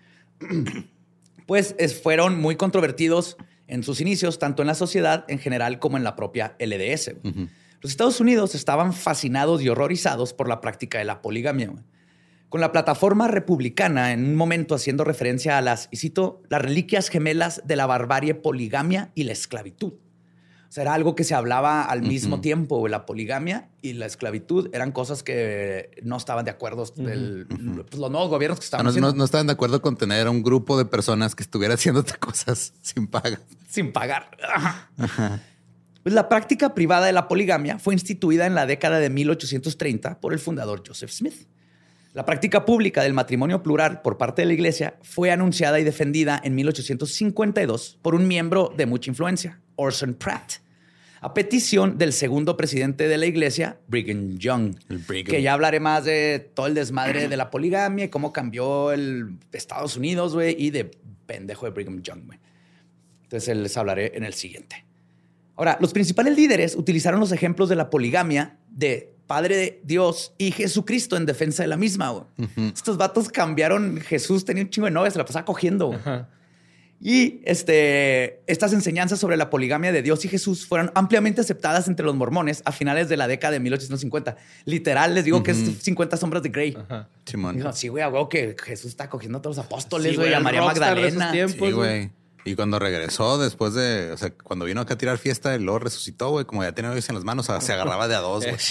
Pues fueron muy controvertidos en sus inicios, tanto en la sociedad en general como en la propia LDS. Los Estados Unidos estaban fascinados y horrorizados por la práctica de la poligamia, güey. Con la plataforma republicana en un momento haciendo referencia a las, y cito, las reliquias gemelas de la barbarie, poligamia y la esclavitud. O sea, era algo que se hablaba al mismo tiempo, güey. La poligamia y la esclavitud eran cosas que no estaban de acuerdo pues, los nuevos gobiernos que estaban haciendo. No estaban de acuerdo con tener a un grupo de personas que estuviera haciéndote cosas sin paga. Sin pagar. Pues la práctica privada de la poligamia fue instituida en la década de 1830 por el fundador Joseph Smith. La práctica pública del matrimonio plural por parte de la iglesia fue anunciada y defendida en 1852 por un miembro de mucha influencia, Orson Pratt, a petición del segundo presidente de la iglesia, Brigham Young. Que ya hablaré más de todo el desmadre de la poligamia y cómo cambió el Estados Unidos, güey, y de pendejo de Brigham Young, güey. Entonces les hablaré en el siguiente. Ahora, los principales líderes utilizaron los ejemplos de la poligamia de Padre de Dios y Jesucristo en defensa de la misma, güey. Estos vatos cambiaron. Jesús tenía un chingo de novias, se la pasaba cogiendo, güey. Y estas enseñanzas sobre la poligamia de Dios y Jesús fueron ampliamente aceptadas entre los mormones a finales de la década de 1850. Literal, les digo que es 50 sombras de Grey. Simón. Digo, sí, güey, a huevo que Jesús está cogiendo a todos los apóstoles, güey, a María Magdalena. Sí, güey. Y cuando regresó después de, cuando vino acá a tirar fiesta y luego resucitó, güey, como ya tenía hoyos en las manos, se agarraba de a dos, güey.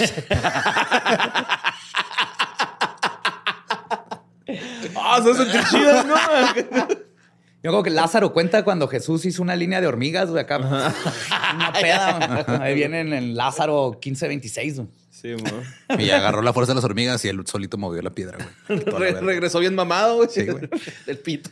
Se sentir chido, ¿no? Yo creo que Lázaro cuenta cuando Jesús hizo una línea de hormigas, güey, acá. Una peda, güey. Ahí viene en Lázaro 15:26, güey. Sí, güey. Y agarró la fuerza de las hormigas y él solito movió la piedra, güey. Regresó bien mamado, güey. Sí, güey. Del pito.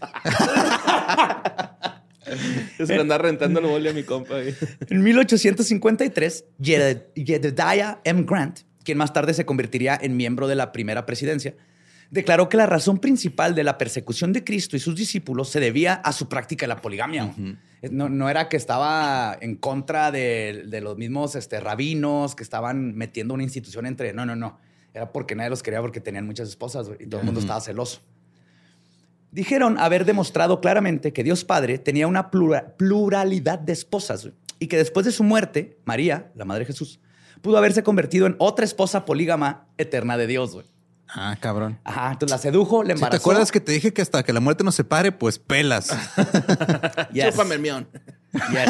Es que andaba rentando el mole a mi compa, güey. En 1853, Jedediah M. Grant, quien más tarde se convertiría en miembro de la primera presidencia, declaró que la razón principal de la persecución de Cristo y sus discípulos se debía a su práctica de la poligamia. No era que estaba en contra de los mismos rabinos que estaban metiendo una institución entre... No. Era porque nadie los quería porque tenían muchas esposas, güey, y todo el mundo estaba celoso. Dijeron haber demostrado claramente que Dios Padre tenía una pluralidad de esposas, güey, y que después de su muerte, María, la madre de Jesús, pudo haberse convertido en otra esposa polígama eterna de Dios, güey. Ah, cabrón. Ajá, entonces la sedujo, le embarazó. ¿Te acuerdas que te dije que hasta que la muerte nos separe, pues pelas? Yes. Chúpame el mión. Yes.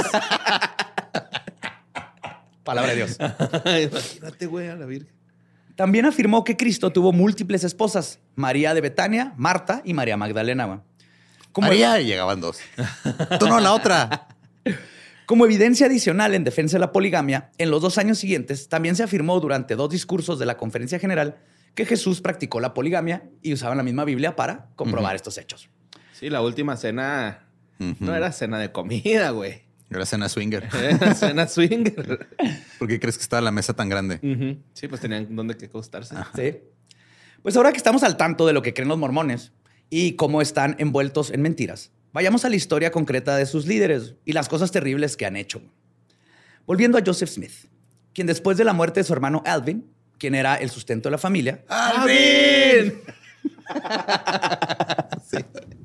Palabra de Dios. Imagínate, güey, a la Virgen. También afirmó que Cristo tuvo múltiples esposas. María de Betania, Marta y María Magdalena, güey. María llegaban dos. Tú no, la otra. Como evidencia adicional en defensa de la poligamia, en los 2 años siguientes también se afirmó durante 2 discursos de la Conferencia General que Jesús practicó la poligamia y usaban la misma Biblia para comprobar estos hechos. Sí, la última cena no era cena de comida, güey. Era cena swinger. Era cena swinger. ¿Por qué crees que estaba la mesa tan grande? Sí, pues tenían donde que acostarse. Sí. Pues ahora que estamos al tanto de lo que creen los mormones y cómo están envueltos en mentiras, vayamos a la historia concreta de sus líderes y las cosas terribles que han hecho. Volviendo a Joseph Smith, quien después de la muerte de su hermano Alvin, quien era el sustento de la familia. ¡Alvin! Sí.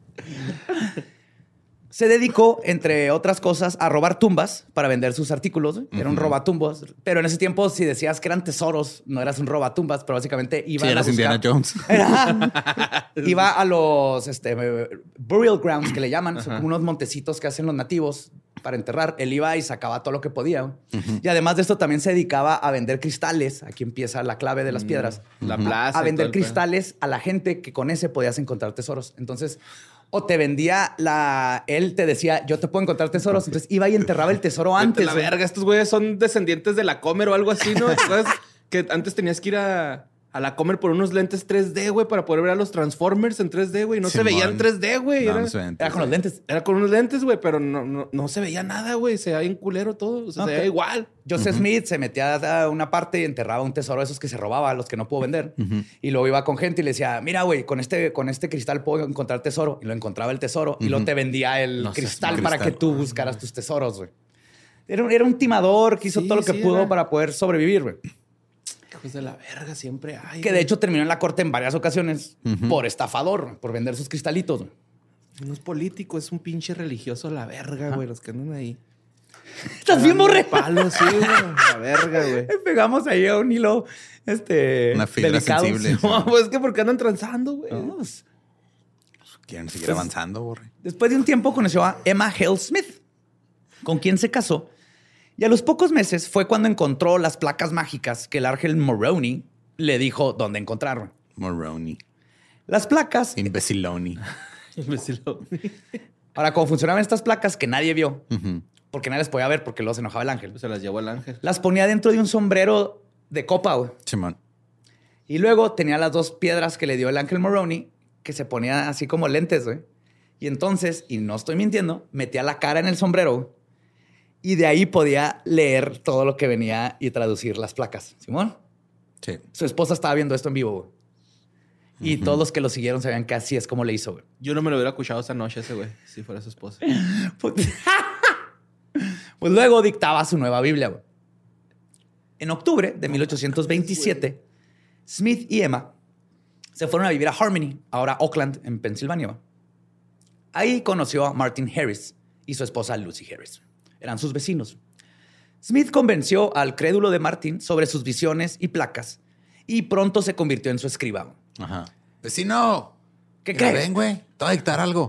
Se dedicó, entre otras cosas, a robar tumbas para vender sus artículos. Era un robatumbas. Pero en ese tiempo, si decías que eran tesoros, no eras un robatumbas, pero básicamente iba a buscar... Indiana Jones. Iba a los burial grounds, que le llaman. Son como unos montecitos que hacen los nativos para enterrar. Él iba y sacaba todo lo que podía. Y además de esto, también se dedicaba a vender cristales. Aquí empieza la clave de las piedras. La plaza. A vender cristales a la gente que con ese podías encontrar tesoros. Entonces... O te vendía él te decía, yo te puedo encontrar tesoros. Entonces iba y enterraba el tesoro antes. La verga, estos güeyes son descendientes de la Comer o algo así, ¿no? ¿Sabes? Que antes tenías que ir a a la Comer por unos lentes 3D, güey, para poder ver a los Transformers en 3D, güey. No se Simón. veía en 3D, güey. No, no se veía en Era con los 3D. lentes. Era con unos lentes, güey, pero no se veía nada, güey. Se veía bien culero todo. O sea, Ok. se veía igual. Joseph Smith se metía a una parte y enterraba un tesoro de esos que se robaba, los que no pudo vender. Y luego iba con gente y le decía, mira, güey, con este cristal puedo encontrar tesoro. Y lo encontraba el tesoro y luego te vendía el No seas cristal mal. para que Cristal. tú buscaras tus tesoros, güey. Era un timador que hizo Sí, todo lo que sí, pudo era. para poder sobrevivir, güey. Hijos de la verga, siempre hay. Que de hecho terminó en la corte en varias ocasiones por estafador, por vender sus cristalitos, güey. No es político, es un pinche religioso a la verga, güey. Los que andan ahí. Estás bien borre. Palos, sí, güey. A la verga, güey. Pegamos ahí a un hilo, Una fibra delicado. sensible. No, pues es que porque andan transando, güey. No, pues, Quieren seguir avanzando, Borre. después de un tiempo conoció a Emma Hale Smith, con quien se casó. Y a los pocos meses fue cuando encontró las placas mágicas que el ángel Moroni le dijo dónde encontrar. Moroni. Las placas. Imbeciloni. Ahora, cómo funcionaban estas placas que nadie vio, porque nadie les podía ver porque luego se enojaba el ángel. Se las llevó el ángel. Las ponía dentro de un sombrero de copa, güey. Simón. Y luego tenía las dos piedras que le dio el ángel Moroni, que se ponía así como lentes, güey. Y entonces, y no estoy mintiendo, metía la cara en el sombrero, güey, y de ahí podía leer todo lo que venía y traducir las placas. ¿Simón? Sí. Su esposa estaba viendo esto en vivo, güey. Y todos los que lo siguieron sabían que así es como le hizo, güey. Yo no me lo hubiera escuchado esa noche ese güey, si fuera su esposa. Pues luego dictaba su nueva Biblia, güey. En octubre de 1827, Smith y Emma se fueron a vivir a Harmony, ahora Oakland, en Pensilvania, güey. Ahí conoció a Martin Harris y su esposa Lucy Harris. Eran sus vecinos. Smith convenció al crédulo de Martin sobre sus visiones y placas y pronto se convirtió en su escriba. Ajá. Vecino. ¿Qué mira, crees? ven, güey. Te voy a dictar algo.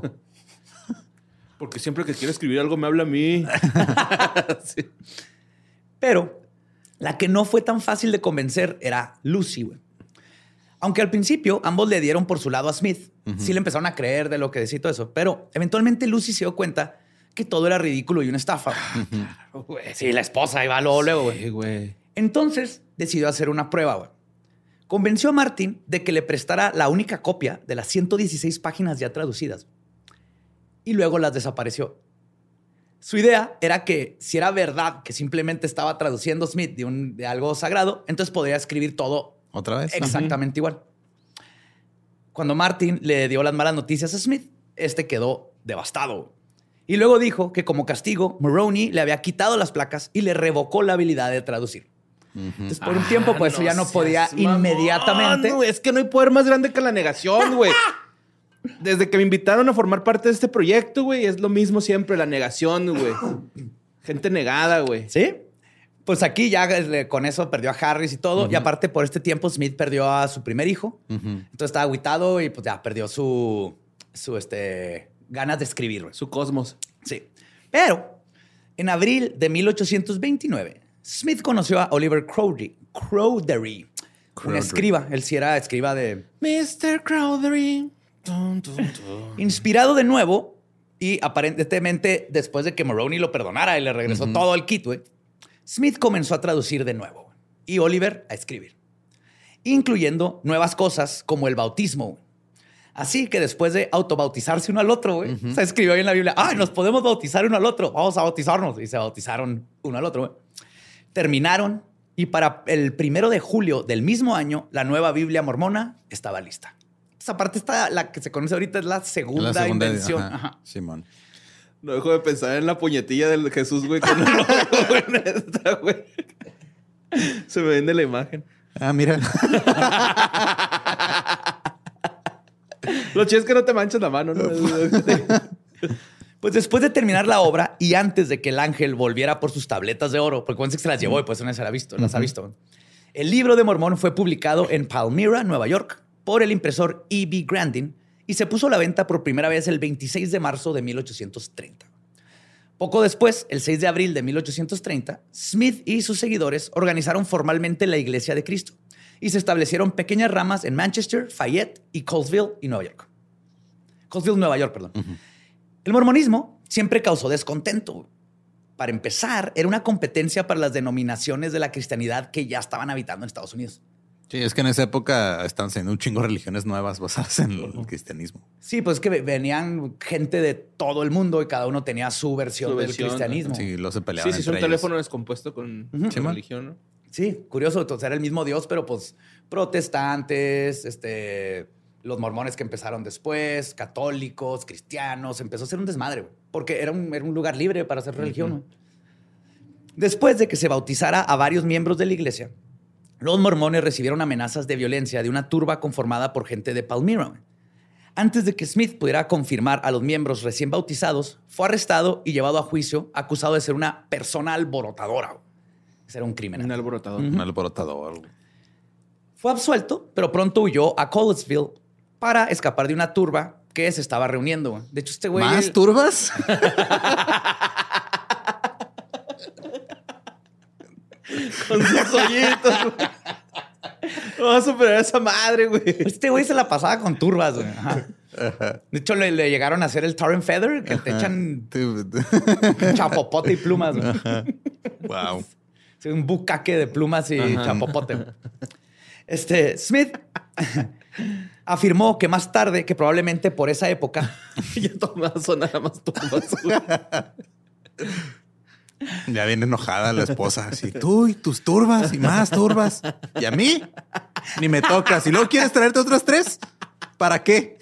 Porque siempre que quiero escribir algo me habla a mí. Sí. Pero la que no fue tan fácil de convencer era Lucy, güey. Aunque al principio ambos le dieron por su lado a Smith, sí le empezaron a creer de lo que decía y todo eso. Pero eventualmente Lucy se dio cuenta que todo era ridículo y una estafa. Güey. Sí, la esposa iba luego, güey. Sí, güey. Entonces decidió hacer una prueba, güey. Convenció a Martin de que le prestara la única copia de las 116 páginas ya traducidas. Y luego las desapareció. Su idea era que si era verdad que simplemente estaba traduciendo Smith de algo sagrado, entonces podría escribir todo ¿Otra vez? exactamente igual. Cuando Martin le dio las malas noticias a Smith, este quedó devastado. Y luego dijo que como castigo, Moroni le había quitado las placas y le revocó la habilidad de traducir. Entonces, por un tiempo, pues eso ya no podía seas mamón. inmediatamente. No, es que no hay poder más grande que la negación, güey. Desde que me invitaron a formar parte de este proyecto, güey, es lo mismo siempre, la negación, güey. Gente negada, güey. ¿Sí? Pues aquí ya con eso perdió a Harris y todo. Y aparte, por este tiempo, Smith perdió a su primer hijo. Entonces estaba agüitado y pues ya perdió su ganas de escribir, güey. Su cosmos. Sí. Pero en abril de 1829, Smith conoció a Oliver Crowdery, un escriba. Él sí era escriba de... Mr. Crowdery. Inspirado de nuevo y aparentemente después de que Moroni lo perdonara y le regresó todo el kit, güey, Smith comenzó a traducir de nuevo y Oliver a escribir, incluyendo nuevas cosas como el bautismo, güey. Así que después de autobautizarse uno al otro, güey, se escribió ahí en la Biblia, ¡ay, nos podemos bautizar uno al otro! Vamos a bautizarnos. Y se bautizaron uno al otro, güey. Terminaron y para el 1 de julio del mismo año, la nueva Biblia mormona estaba lista. Esa parte está, la que se conoce ahorita es la segunda invención. Ajá. Simón. No dejo de pensar en la puñetilla del Jesús, güey, con el ojo, güey, neta, güey. Se me vende la imagen. Ah, mira. Lo chido es que no te manches la mano, ¿no? Pues después de terminar la obra y antes de que el ángel volviera por sus tabletas de oro, porque cuando se las llevó y pues una se las ha visto. El libro de Mormón fue publicado en Palmyra, Nueva York, por el impresor E.B. Grandin y se puso a la venta por primera vez el 26 de marzo de 1830. Poco después, el 6 de abril de 1830, Smith y sus seguidores organizaron formalmente la Iglesia de Cristo y se establecieron pequeñas ramas en Manchester, Fayette y Colesville y Nueva York. Colesville, Nueva York, perdón. El mormonismo siempre causó descontento. Para empezar, era una competencia para las denominaciones de la cristianidad que ya estaban habitando en Estados Unidos. Sí, es que en esa época estaban saliendo un chingo de religiones nuevas basadas en el cristianismo. Sí, pues es que venían gente de todo el mundo y cada uno tenía su versión del cristianismo. Sí, los se peleaban Sí, sí, es entre un ellos. teléfono descompuesto con religión, ¿no? Sí, curioso. Entonces era el mismo Dios, pero pues protestantes, los mormones que empezaron después, católicos, cristianos. Empezó a ser un desmadre, güey, porque era un lugar libre para hacer religión. ¿No? Después de que se bautizara a varios miembros de la iglesia, los mormones recibieron amenazas de violencia de una turba conformada por gente de Palmyra. Güey. Antes de que Smith pudiera confirmar a los miembros recién bautizados, fue arrestado y llevado a juicio, acusado de ser una persona alborotadora. Güey. Ese era un crimen. Un alborotador. Un alborotador. Fue absuelto, pero pronto huyó a Collegeville para escapar de una turba que se estaba reuniendo. Güey. De hecho, este güey... ¿Más turbas? Con sus hoyitos, güey. No vas a superar a esa madre, güey. Este güey se la pasaba con turbas, güey. Ajá. De hecho, le llegaron a hacer el tar and feather, que te echan chapopote y plumas. Güey. Wow. Sí, un bucaque de plumas y chapopote. Güey. Smith afirmó que más tarde, que probablemente por esa época... Ya todas son nada más turbas, güey. Ya viene enojada la esposa. Así, tú y tus turbas y más turbas. Y a mí ni me tocas. Y luego quieres traerte otras 3. ¿Para qué?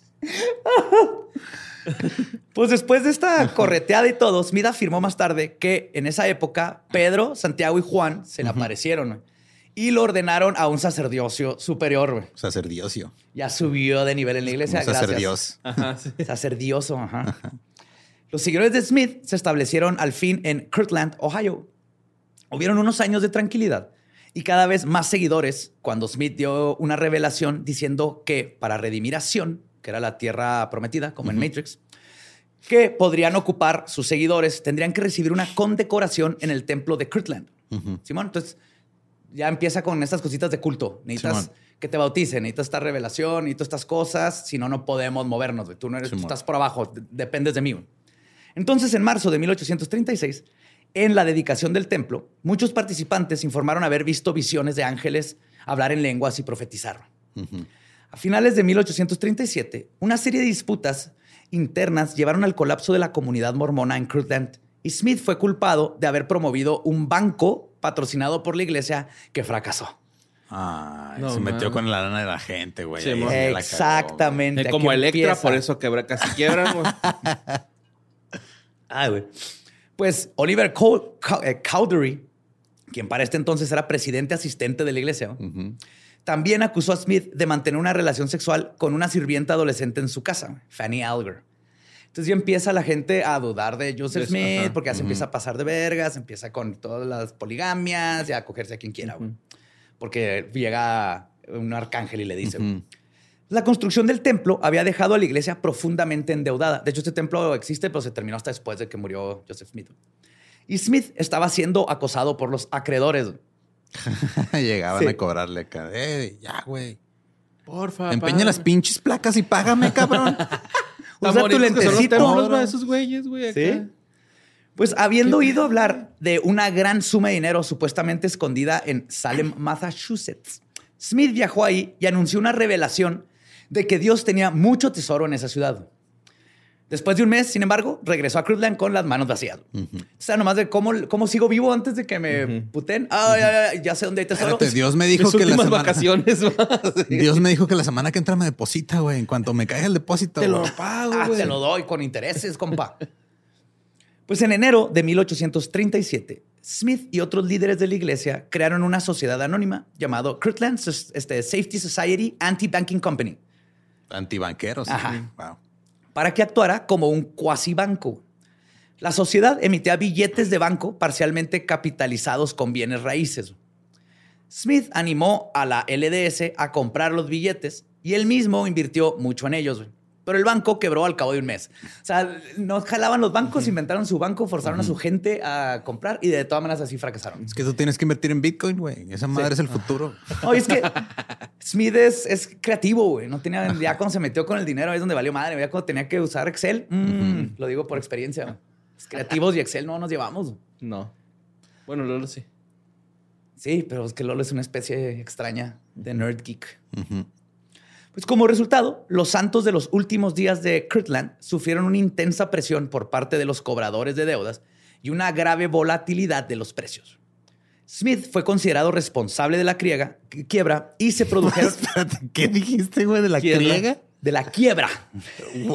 Pues después de esta correteada y todo, Smith afirmó más tarde que en esa época Pedro, Santiago y Juan se le aparecieron, güey, y lo ordenaron a un sacerdocio superior. Güey. Sacerdocio. Ya subió de nivel en la iglesia. Un sacerdios. Ajá, sí. Sacerdioso, ajá. Los seguidores de Smith se establecieron al fin en Kirtland, Ohio. Hubieron unos años de tranquilidad y cada vez más seguidores cuando Smith dio una revelación diciendo que para redimir a Sion, que era la tierra prometida, como en Matrix, que podrían ocupar sus seguidores, tendrían que recibir una condecoración en el templo de Kirtland. Simón, entonces ya empieza con estas cositas de culto. Necesitas Simón. que te bauticen, necesitas esta revelación, necesitas estas cosas, si no, no podemos movernos. Güey. Tú no eres, tú estás por abajo, dependes de mí. Güey. Entonces, en marzo de 1836, en la dedicación del templo, muchos participantes informaron haber visto visiones de ángeles, hablar en lenguas y profetizar. A finales de 1837, una serie de disputas internas llevaron al colapso de la comunidad mormona en Kirtland y Smith fue culpado de haber promovido un banco patrocinado por la iglesia que fracasó. Ay, No, se metió man. con la lana de la gente, güey. Sí, Ahí man. la cagó, Exactamente. Como aquí Electra, empieza. por eso casi quiebran, güey. Ay, güey. Pues Oliver Cowdery, quien para este entonces era presidente asistente de la iglesia, también acusó a Smith de mantener una relación sexual con una sirvienta adolescente en su casa, Fanny Alger. Entonces ya empieza la gente a dudar de Joseph Smith porque ya se empieza a pasar de vergas, empieza con todas las poligamias y a cogerse a quien quiera, güey. Porque llega un arcángel y le dice... La construcción del templo había dejado a la iglesia profundamente endeudada. De hecho, este templo existe, pero se terminó hasta después de que murió Joseph Smith. Y Smith estaba siendo acosado por los acreedores. Llegaban Sí. a cobrarle acá. Ya, güey. Porfa, Empeña las pinches placas y págame, cabrón. Usa tu lentecito. Esos güeyes, güey. Acá. ¿Sí? Pues habiendo oído hablar de una gran suma de dinero supuestamente escondida en Salem, Massachusetts, Smith viajó ahí y anunció una revelación de que Dios tenía mucho tesoro en esa ciudad. Después de un mes, sin embargo, regresó a Kirtland con las manos vacías. O sea, nomás de cómo sigo vivo antes de que me puten. Ya sé dónde hay tesoro. Espérate, Dios me dijo Mis que la últimas semana... vacaciones, va. Dios me dijo que la semana que entra me deposita, güey. En cuanto me caiga el depósito. Te lo güey. pago, güey. Te lo doy con intereses, compa. Pues en enero de 1837, Smith y otros líderes de la iglesia crearon una sociedad anónima llamado Kirtland Safety Society Anti-Banking Company Antibanqueros. Ajá. Sí. Wow. para que actuara como un cuasi banco. La sociedad emitía billetes de banco parcialmente capitalizados con bienes raíces. Smith animó a la LDS a comprar los billetes y él mismo invirtió mucho en ellos. Pero el banco quebró al cabo de un mes. O sea, no jalaban los bancos, inventaron su banco, forzaron a su gente a comprar y de todas maneras así fracasaron. Es que tú tienes que invertir en Bitcoin, güey. Esa madre es el futuro. Oye, es que Smith es creativo, güey. No tenía, ya cuando se metió con el dinero es donde valió madre. Ya cuando tenía que usar Excel, lo digo por experiencia. Creativos y Excel no nos llevamos. No. Bueno, Lolo sí. Sí, pero es que Lolo es una especie extraña de nerd geek. Pues como resultado, los santos de los últimos días de Kirtland sufrieron una intensa presión por parte de los cobradores de deudas y una grave volatilidad de los precios. Smith fue considerado responsable de la quiebra y se produjeron... Espérate, ¿qué dijiste, güey? ¿De la quiebra? De la quiebra. ¡Wow!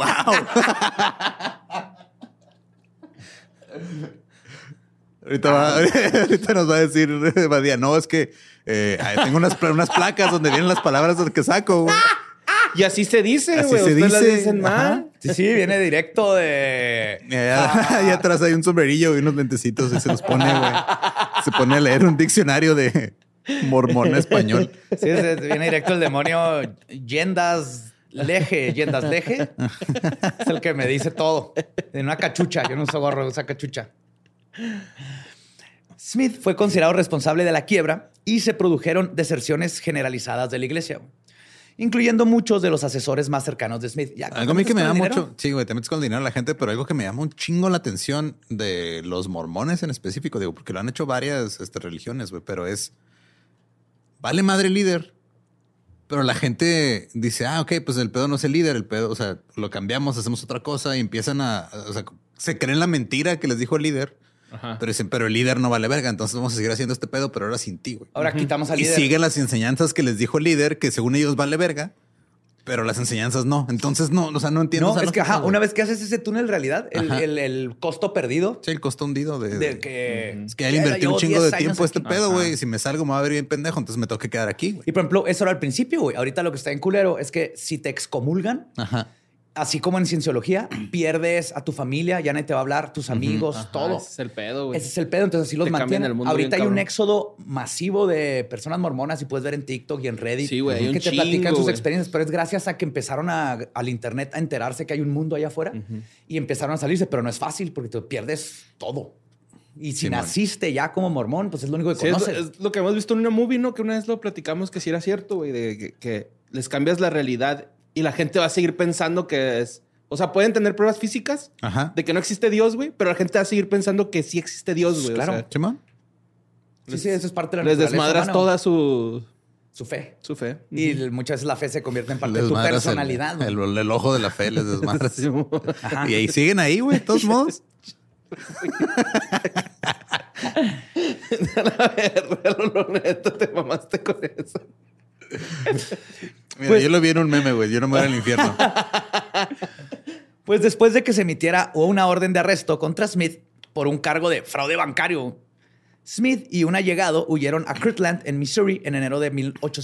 Ahorita nos va a decir Badía, no, es que tengo unas placas donde vienen las palabras que saco, güey. Y así se dice, Así güey. se Ustedes las dice. dicen mal. Sí, viene directo de... Ahí atrás hay un sombrerillo y unos lentecitos y se los pone, güey. Se pone a leer un diccionario de mormón español. Sí, viene directo el demonio Yendas Leje. Es el que me dice todo. En una cachucha. Yo no uso gorro, uso cachucha. Smith fue considerado responsable de la quiebra y se produjeron deserciones generalizadas de la iglesia, incluyendo muchos de los asesores más cercanos de Smith. Algo a mí que me da mucho... Sí, güey, te metes con el dinero a la gente, pero algo que me llama un chingo la atención de los mormones en específico, digo, porque lo han hecho varias religiones, güey, pero es... Vale madre el líder. Pero la gente dice, ok, pues el pedo no es el líder, el pedo, o sea, lo cambiamos, hacemos otra cosa y empiezan o sea, se creen la mentira que les dijo el líder. Ajá. Pero dicen, pero el líder no vale verga, entonces vamos a seguir haciendo este pedo, pero ahora sin ti, güey. Ahora quitamos al líder. Y siguen las enseñanzas que les dijo el líder, que según ellos vale verga, pero las enseñanzas no. Entonces no, o sea, no entiendo. No, es que una vez que haces ese túnel realidad, el costo perdido. Sí, el costo hundido de que... Es que él invertió un chingo de tiempo a este pedo, güey. Si me salgo me va a ver bien pendejo, entonces me tengo que quedar aquí, güey. Y por ejemplo, eso era al principio, güey. Ahorita lo que está en culero es que si te excomulgan... Así como en cienciología, pierdes a tu familia, ya nadie te va a hablar, tus amigos, todo. Ese es el pedo, güey. Ese es el pedo, entonces así los mantienen. Ahorita hay un éxodo masivo de personas mormonas y puedes ver en TikTok y en Reddit que te platican sus experiencias, pero es gracias a que empezaron al internet a enterarse que hay un mundo allá afuera y empezaron a salirse, pero no es fácil porque te pierdes todo. Y si naciste ya como mormón, pues es lo único que conoces. Es lo que hemos visto en una movie, ¿no? Que una vez lo platicamos que sí era cierto, güey, de que les cambias la realidad y la gente va a seguir pensando que es... O sea, pueden tener pruebas físicas de que no existe Dios, güey, pero la gente va a seguir pensando que sí existe Dios, güey. Claro. O sea, ¿Chema? Sí, eso es parte de la les naturaleza desmadras humana, toda su fe. Su fe. Y muchas veces la fe se convierte en parte de tu personalidad. El ojo de la fe les desmadras. Y ahí siguen ahí, güey, de todos modos. A ver, lo neto, te mamaste con eso. Mira, yo lo vi en un meme, güey. Yo no me voy al infierno. Pues después de que se emitiera una orden de arresto contra Smith por un cargo de fraude bancario, Smith y un allegado huyeron a Kirtland, en Missouri, en enero de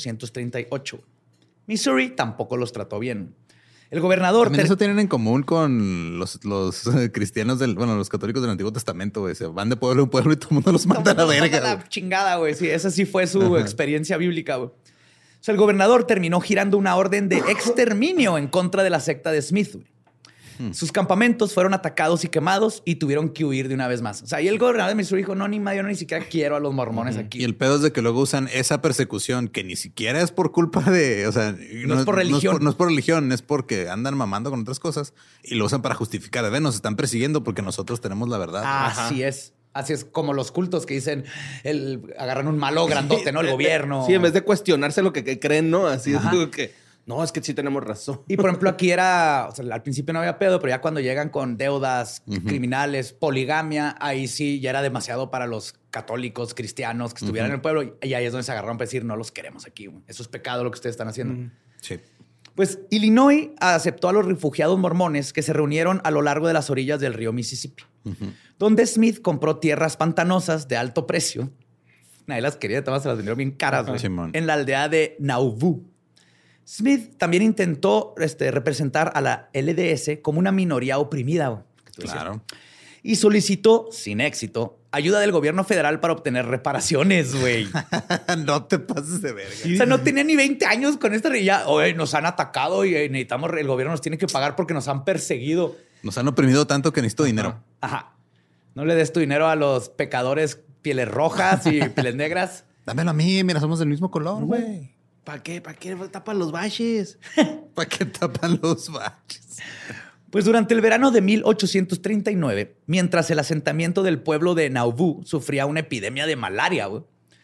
1838. Missouri tampoco los trató bien. El gobernador... También eso tienen en común con los cristianos los católicos del Antiguo Testamento, güey. Se van de pueblo en pueblo y todo el mundo los manda a la verga. La chingada, güey. Sí, esa sí fue su experiencia bíblica, güey. O sea, el gobernador terminó girando una orden de exterminio en contra de la secta de Smith, güey. Sus campamentos fueron atacados y quemados y tuvieron que huir de una vez más. O sea, y el gobernador de Missouri dijo, no, yo ni siquiera quiero a los mormones aquí. Y el pedo es de que luego usan esa persecución que ni siquiera es por culpa de... O sea, no es por religión. No es por religión, es porque andan mamando con otras cosas y lo usan para justificar. Nos están persiguiendo porque nosotros tenemos la verdad. Así es. Así es como los cultos que dicen, agarran un malo grandote, ¿no? El gobierno. Sí, en vez de cuestionarse lo que creen, ¿no? Así es como que... No, es que sí tenemos razón. Y por ejemplo, aquí era, o sea, al principio no había pedo, pero ya cuando llegan con deudas criminales, poligamia, ahí sí ya era demasiado para los católicos, cristianos que estuvieran en el pueblo. Y ahí es donde se agarraron para decir, no los queremos aquí. Güey. Eso es pecado lo que ustedes están haciendo. Sí. Pues Illinois aceptó a los refugiados mormones que se reunieron a lo largo de las orillas del río Mississippi, donde Smith compró tierras pantanosas de alto precio. Nadie las quería, se las vendieron bien caras, güey, en la aldea de Nauvoo. Smith también intentó representar a la LDS como una minoría oprimida. Claro. Y solicitó, sin éxito, ayuda del gobierno federal para obtener reparaciones, güey. No te pases de verga. O sea, no tenía ni 20 años con esta ya. Oye, nos han atacado y necesitamos, el gobierno nos tiene que pagar porque nos han perseguido. Nos han oprimido tanto que necesito dinero. Ajá. No le des tu dinero a los pecadores pieles rojas y pieles negras. Dámelo a mí, mira, somos del mismo color, güey. ¿Para qué? ¿Para qué tapan los baches? ¿Para qué tapan los baches? Pues durante el verano de 1839, mientras el asentamiento del pueblo de Nauvoo sufría una epidemia de malaria, güey,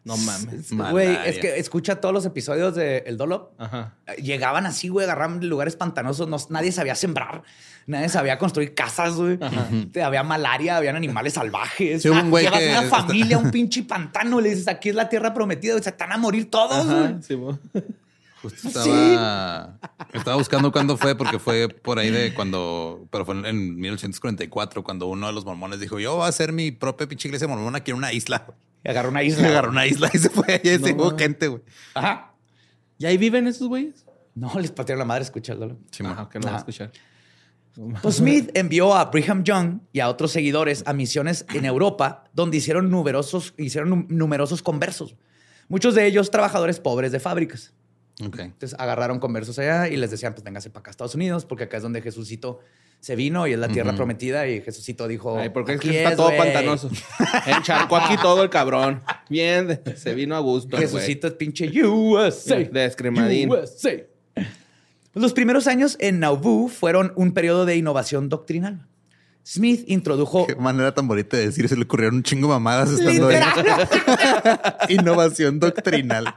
No mames. Güey, es que escucha todos los episodios de El Dolo. Ajá. Llegaban así, güey, agarraban lugares pantanosos. Nadie sabía sembrar. Nadie sabía construir casas, güey. Había malaria, habían animales salvajes. Sí, un güey llevas que una familia a un pinche pantano. Le dices, aquí es la tierra prometida. Se están a morir todos, güey. Sí, Justo estaba buscando cuándo fue, porque fue por ahí de cuando, pero fue en 1844, cuando uno de los mormones dijo, yo voy a hacer mi propia pinche iglesia mormona aquí en una isla. Y agarró una Y isla. agarró una isla y se fue allá y se llevó gente, güey. Ajá. ¿Y ahí viven esos güeyes? No, les partieron la madre, escucharlo. Sí, Ajá, que no voy a escuchar. Pues Smith envió a Brigham Young y a otros seguidores a misiones en Europa, donde hicieron numerosos conversos. Muchos de ellos trabajadores pobres de fábricas. Okay. Entonces agarraron conversos allá y les decían, pues véngase para acá a Estados Unidos, porque acá es donde Jesucito se vino y es la tierra prometida. Y Jesucito dijo, Ay, porque aquí está es, todo güey. pantanoso. Encharcó aquí todo el cabrón. Bien, se vino a gusto. Jesucito es pinche USA. Descremadín. USA. Los primeros años en Nauvoo fueron un periodo de innovación doctrinal. Smith introdujo... Qué manera tan bonita de decir, se le ocurrieron un chingo de mamadas estando ahí. Innovación doctrinal.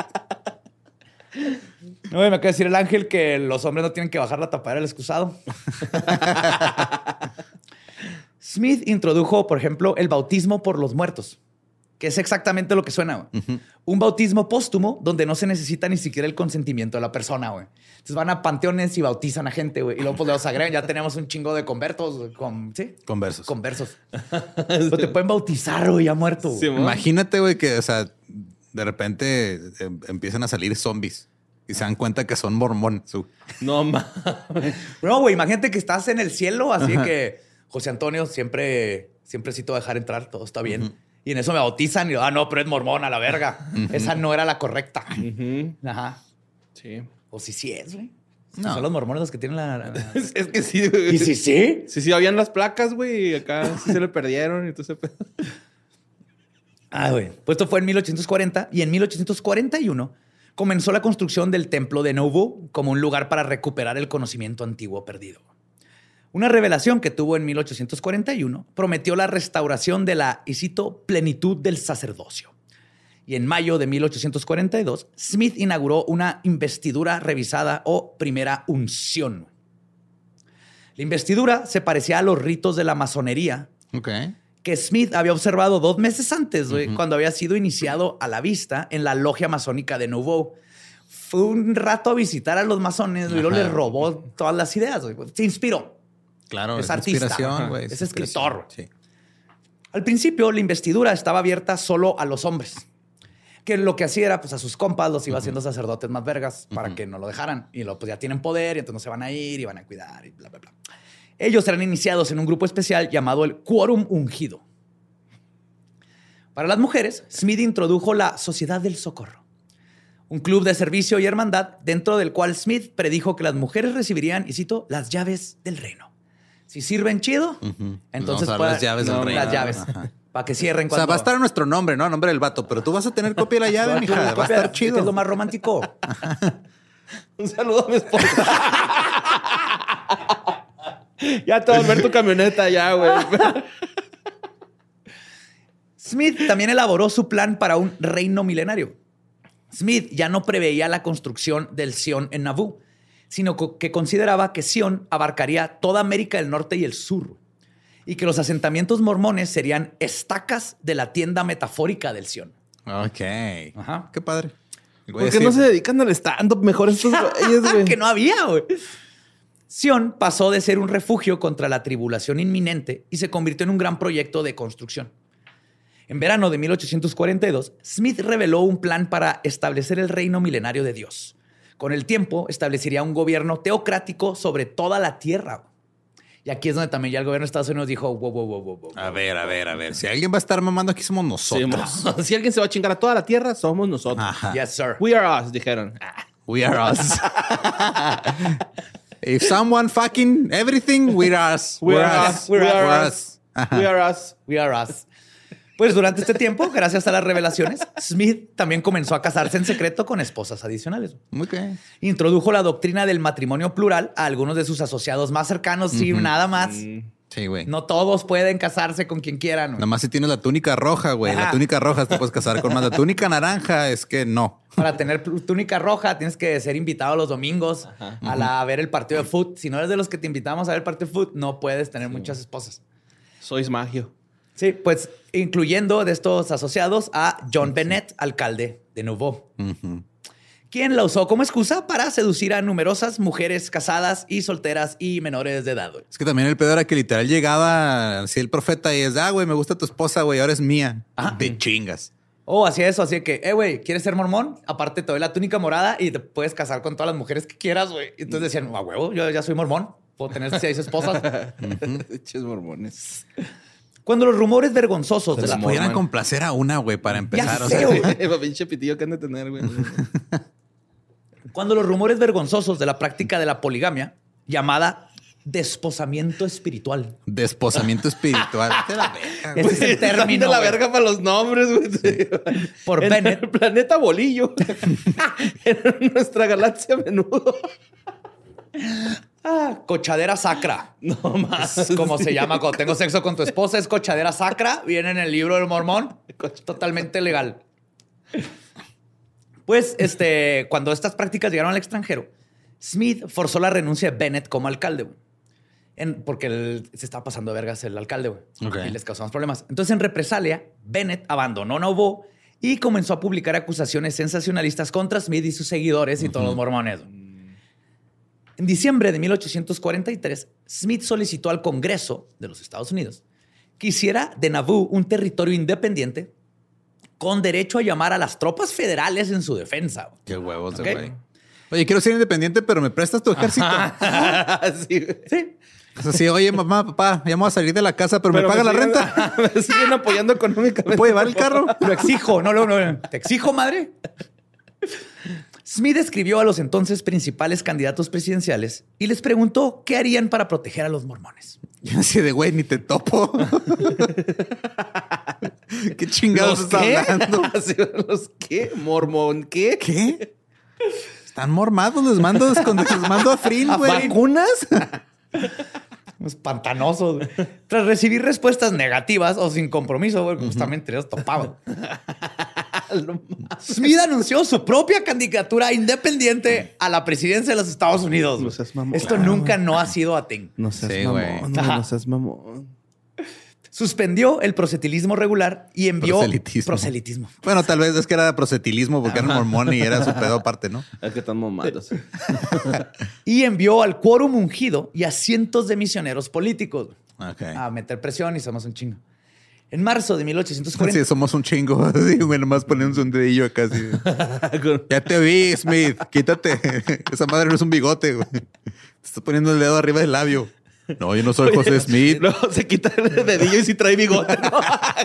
No, me acaba de decir el ángel que los hombres no tienen que bajar la tapadera del excusado. Smith introdujo, por ejemplo, el bautismo por los muertos, que es exactamente lo que suena. Un bautismo póstumo donde no se necesita ni siquiera el consentimiento de la persona, güey. Entonces van a panteones y bautizan a gente, güey. Y luego pues los agregan. Ya tenemos un chingo de convertos. Conversos. Conversos. Pero te pueden bautizar, güey, ya muerto. Sí, Imagínate, güey, que, o sea, de repente empiezan a salir zombies y se dan cuenta que son mormones. No mames. No, güey, imagínate que estás en el cielo, así que José Antonio siempre sí te va a dejar entrar, todo está bien. Y en eso me bautizan y no, pero es mormón a la verga. Esa no era la correcta. Ajá. Sí. O sí es, güey. No. Son los mormones los que tienen la... Es que sí, güey. ¿Y sí? Sí, habían las placas, güey, y acá sí se le perdieron y todo ese pedo. Güey. Pues esto fue en 1840 y en 1841 comenzó la construcción del templo de Nauvoo como un lugar para recuperar el conocimiento antiguo perdido. Una revelación que tuvo en 1841 prometió la restauración de la, y cito, plenitud del sacerdocio. Y en mayo de 1842, Smith inauguró una investidura revisada o primera unción. La investidura se parecía a los ritos de la masonería que Smith había observado 2 meses antes, güey, cuando había sido iniciado a la vista en la logia masónica de Nauvoo. Fue un rato a visitar a los masones y luego le robó todas las ideas. Güey. Se inspiró. Claro, es artista. Inspiración, güey. Es escritor. Sí. Al principio, la investidura estaba abierta solo a los hombres. Que lo que hacía era, pues, a sus compas los iba haciendo sacerdotes más vergas para que no lo dejaran. Y luego, pues, ya tienen poder y entonces no se van a ir y van a cuidar y bla, bla, bla. Ellos eran iniciados en un grupo especial llamado el Quórum Ungido. Para las mujeres, Smith introdujo la Sociedad del Socorro, un club de servicio y hermandad dentro del cual Smith predijo que las mujeres recibirían, y cito, las llaves del reino. Si sirven chido, entonces Vamos a dar las llaves del reino. Las llaves. Para que cierren. O sea, va a estar a nuestro nombre, ¿no? A nombre del vato. Pero tú vas a tener copia de la llave, mija. Va a estar chido. Es lo más romántico. Un saludo a mi esposa. Ya te va a volver tu camioneta ya, güey. Smith también elaboró su plan para un reino milenario. Smith ya no preveía la construcción del Sion en Nauvoo, sino que consideraba que Sion abarcaría toda América del Norte y el Sur y que los asentamientos mormones serían estacas de la tienda metafórica del Sion. Ok. Ajá. Qué padre. ¿Por qué no se dedican al stand-up mejor estos güeyes, güey? Que no había, güey. Sion pasó de ser un refugio contra la tribulación inminente y se convirtió en un gran proyecto de construcción. En verano de 1842, Smith reveló un plan para establecer el reino milenario de Dios. Con el tiempo, establecería un gobierno teocrático sobre toda la tierra. Y aquí es donde también ya el gobierno de Estados Unidos dijo, wow. A ver. Si alguien va a estar mamando aquí, somos nosotros. Sí, si alguien se va a chingar a toda la tierra, somos nosotros. Ajá. Yes, sir. We are us, dijeron. We are us. If someone fucking everything, we are us. We are us. We are us. We are us. We are us. Pues durante este tiempo, gracias a las revelaciones, Smith también comenzó a casarse en secreto con esposas adicionales. Okay. Introdujo la doctrina del matrimonio plural a algunos de sus asociados más cercanos y nada más. Sí, Sí, güey. No todos pueden casarse con quien quieran. Nada más si tienes la túnica roja, güey. La túnica roja te puedes casar con más. La túnica naranja es que no. Para tener túnica roja tienes que ser invitado los domingos a ver el partido de fútbol. Si no eres de los que te invitamos a ver el partido de fútbol, no puedes tener muchas esposas. Sois magio. Sí, pues incluyendo de estos asociados a John Bennett, alcalde de Nauvoo. Quien la usó como excusa para seducir a numerosas mujeres casadas y solteras y menores de edad. Güey. Es que también el pedo era que literal llegaba así el profeta y es, güey, me gusta tu esposa, güey, ahora es mía. De chingas. Hacía eso, así que, güey, ¿quieres ser mormón? Aparte te doy la túnica morada y te puedes casar con todas las mujeres que quieras, güey. Y entonces decían, huevo, yo ya soy mormón. Puedo tener 6 esposas. Eches mormones. Cuando los rumores vergonzosos de la pudieran complacer a una, güey, para empezar. Ya sé, güey. Pinche pitillo que han de tener, güey. Cuando los rumores vergonzosos de la práctica de la poligamia, llamada desposamiento espiritual. Desposamiento espiritual. De la verga, Ese es el término. De la verga para los nombres, güey. Por Bennett. El planeta Bolillo. En nuestra galaxia a menudo. Cochadera sacra. No más. Es como se llama cuando tengo sexo con tu esposa. Es cochadera sacra. Viene en el libro del Mormón. Totalmente legal. Pues, cuando estas prácticas llegaron al extranjero, Smith forzó la renuncia de Bennett como alcalde, güey. Porque él se estaba pasando de vergas el alcalde, güey. Okay. Y les causó más problemas. Entonces, en represalia, Bennett abandonó Nauvoo y comenzó a publicar acusaciones sensacionalistas contra Smith y sus seguidores y todos los mormones. En diciembre de 1843, Smith solicitó al Congreso de los Estados Unidos que hiciera de Nauvoo un territorio independiente con derecho a llamar a las tropas federales en su defensa. Qué huevos de güey. Oye, quiero ser independiente, pero ¿me prestas tu ejército? Sí. Es así, oye, mamá, papá, ya me voy a salir de la casa, pero me paga la renta. Me siguen apoyando económicamente. ¿Me puedo llevar el carro? Lo exijo. No. ¿Te exijo, madre? Smith escribió a los entonces principales candidatos presidenciales y les preguntó qué harían para proteger a los mormones. Yo así de, güey, ni te topo. ¿Qué chingados estás hablando? ¿Los qué? ¿Mormón qué? ¿Qué? Están mormados, les mando a Frin, güey. ¿Vacunas? Los pantanosos. Güey. Tras recibir respuestas negativas o sin compromiso, güey, justamente los topaban. Smith anunció su propia candidatura independiente a la presidencia de los Estados Unidos. No seas mamón. Esto nunca no ha sido a thing. No seas mamón. No seas mamón. Suspendió el proselitismo regular y envió... Proselitismo. Bueno, tal vez es que era proselitismo porque era mormón y era su pedo aparte, ¿no? Es que están mamados. Y envió al quórum ungido y a cientos de misioneros políticos a meter presión y somos un chingo. En marzo de 1840... Sí, somos un chingo. Así, güey, nomás ponemos un dedillo acá así. Ya te vi, Smith. Quítate. Esa madre no es un bigote, güey. Te estás poniendo el dedo arriba del labio. No, yo no soy José Smith. No, se quita el dedillo y sí trae bigote. ¿No?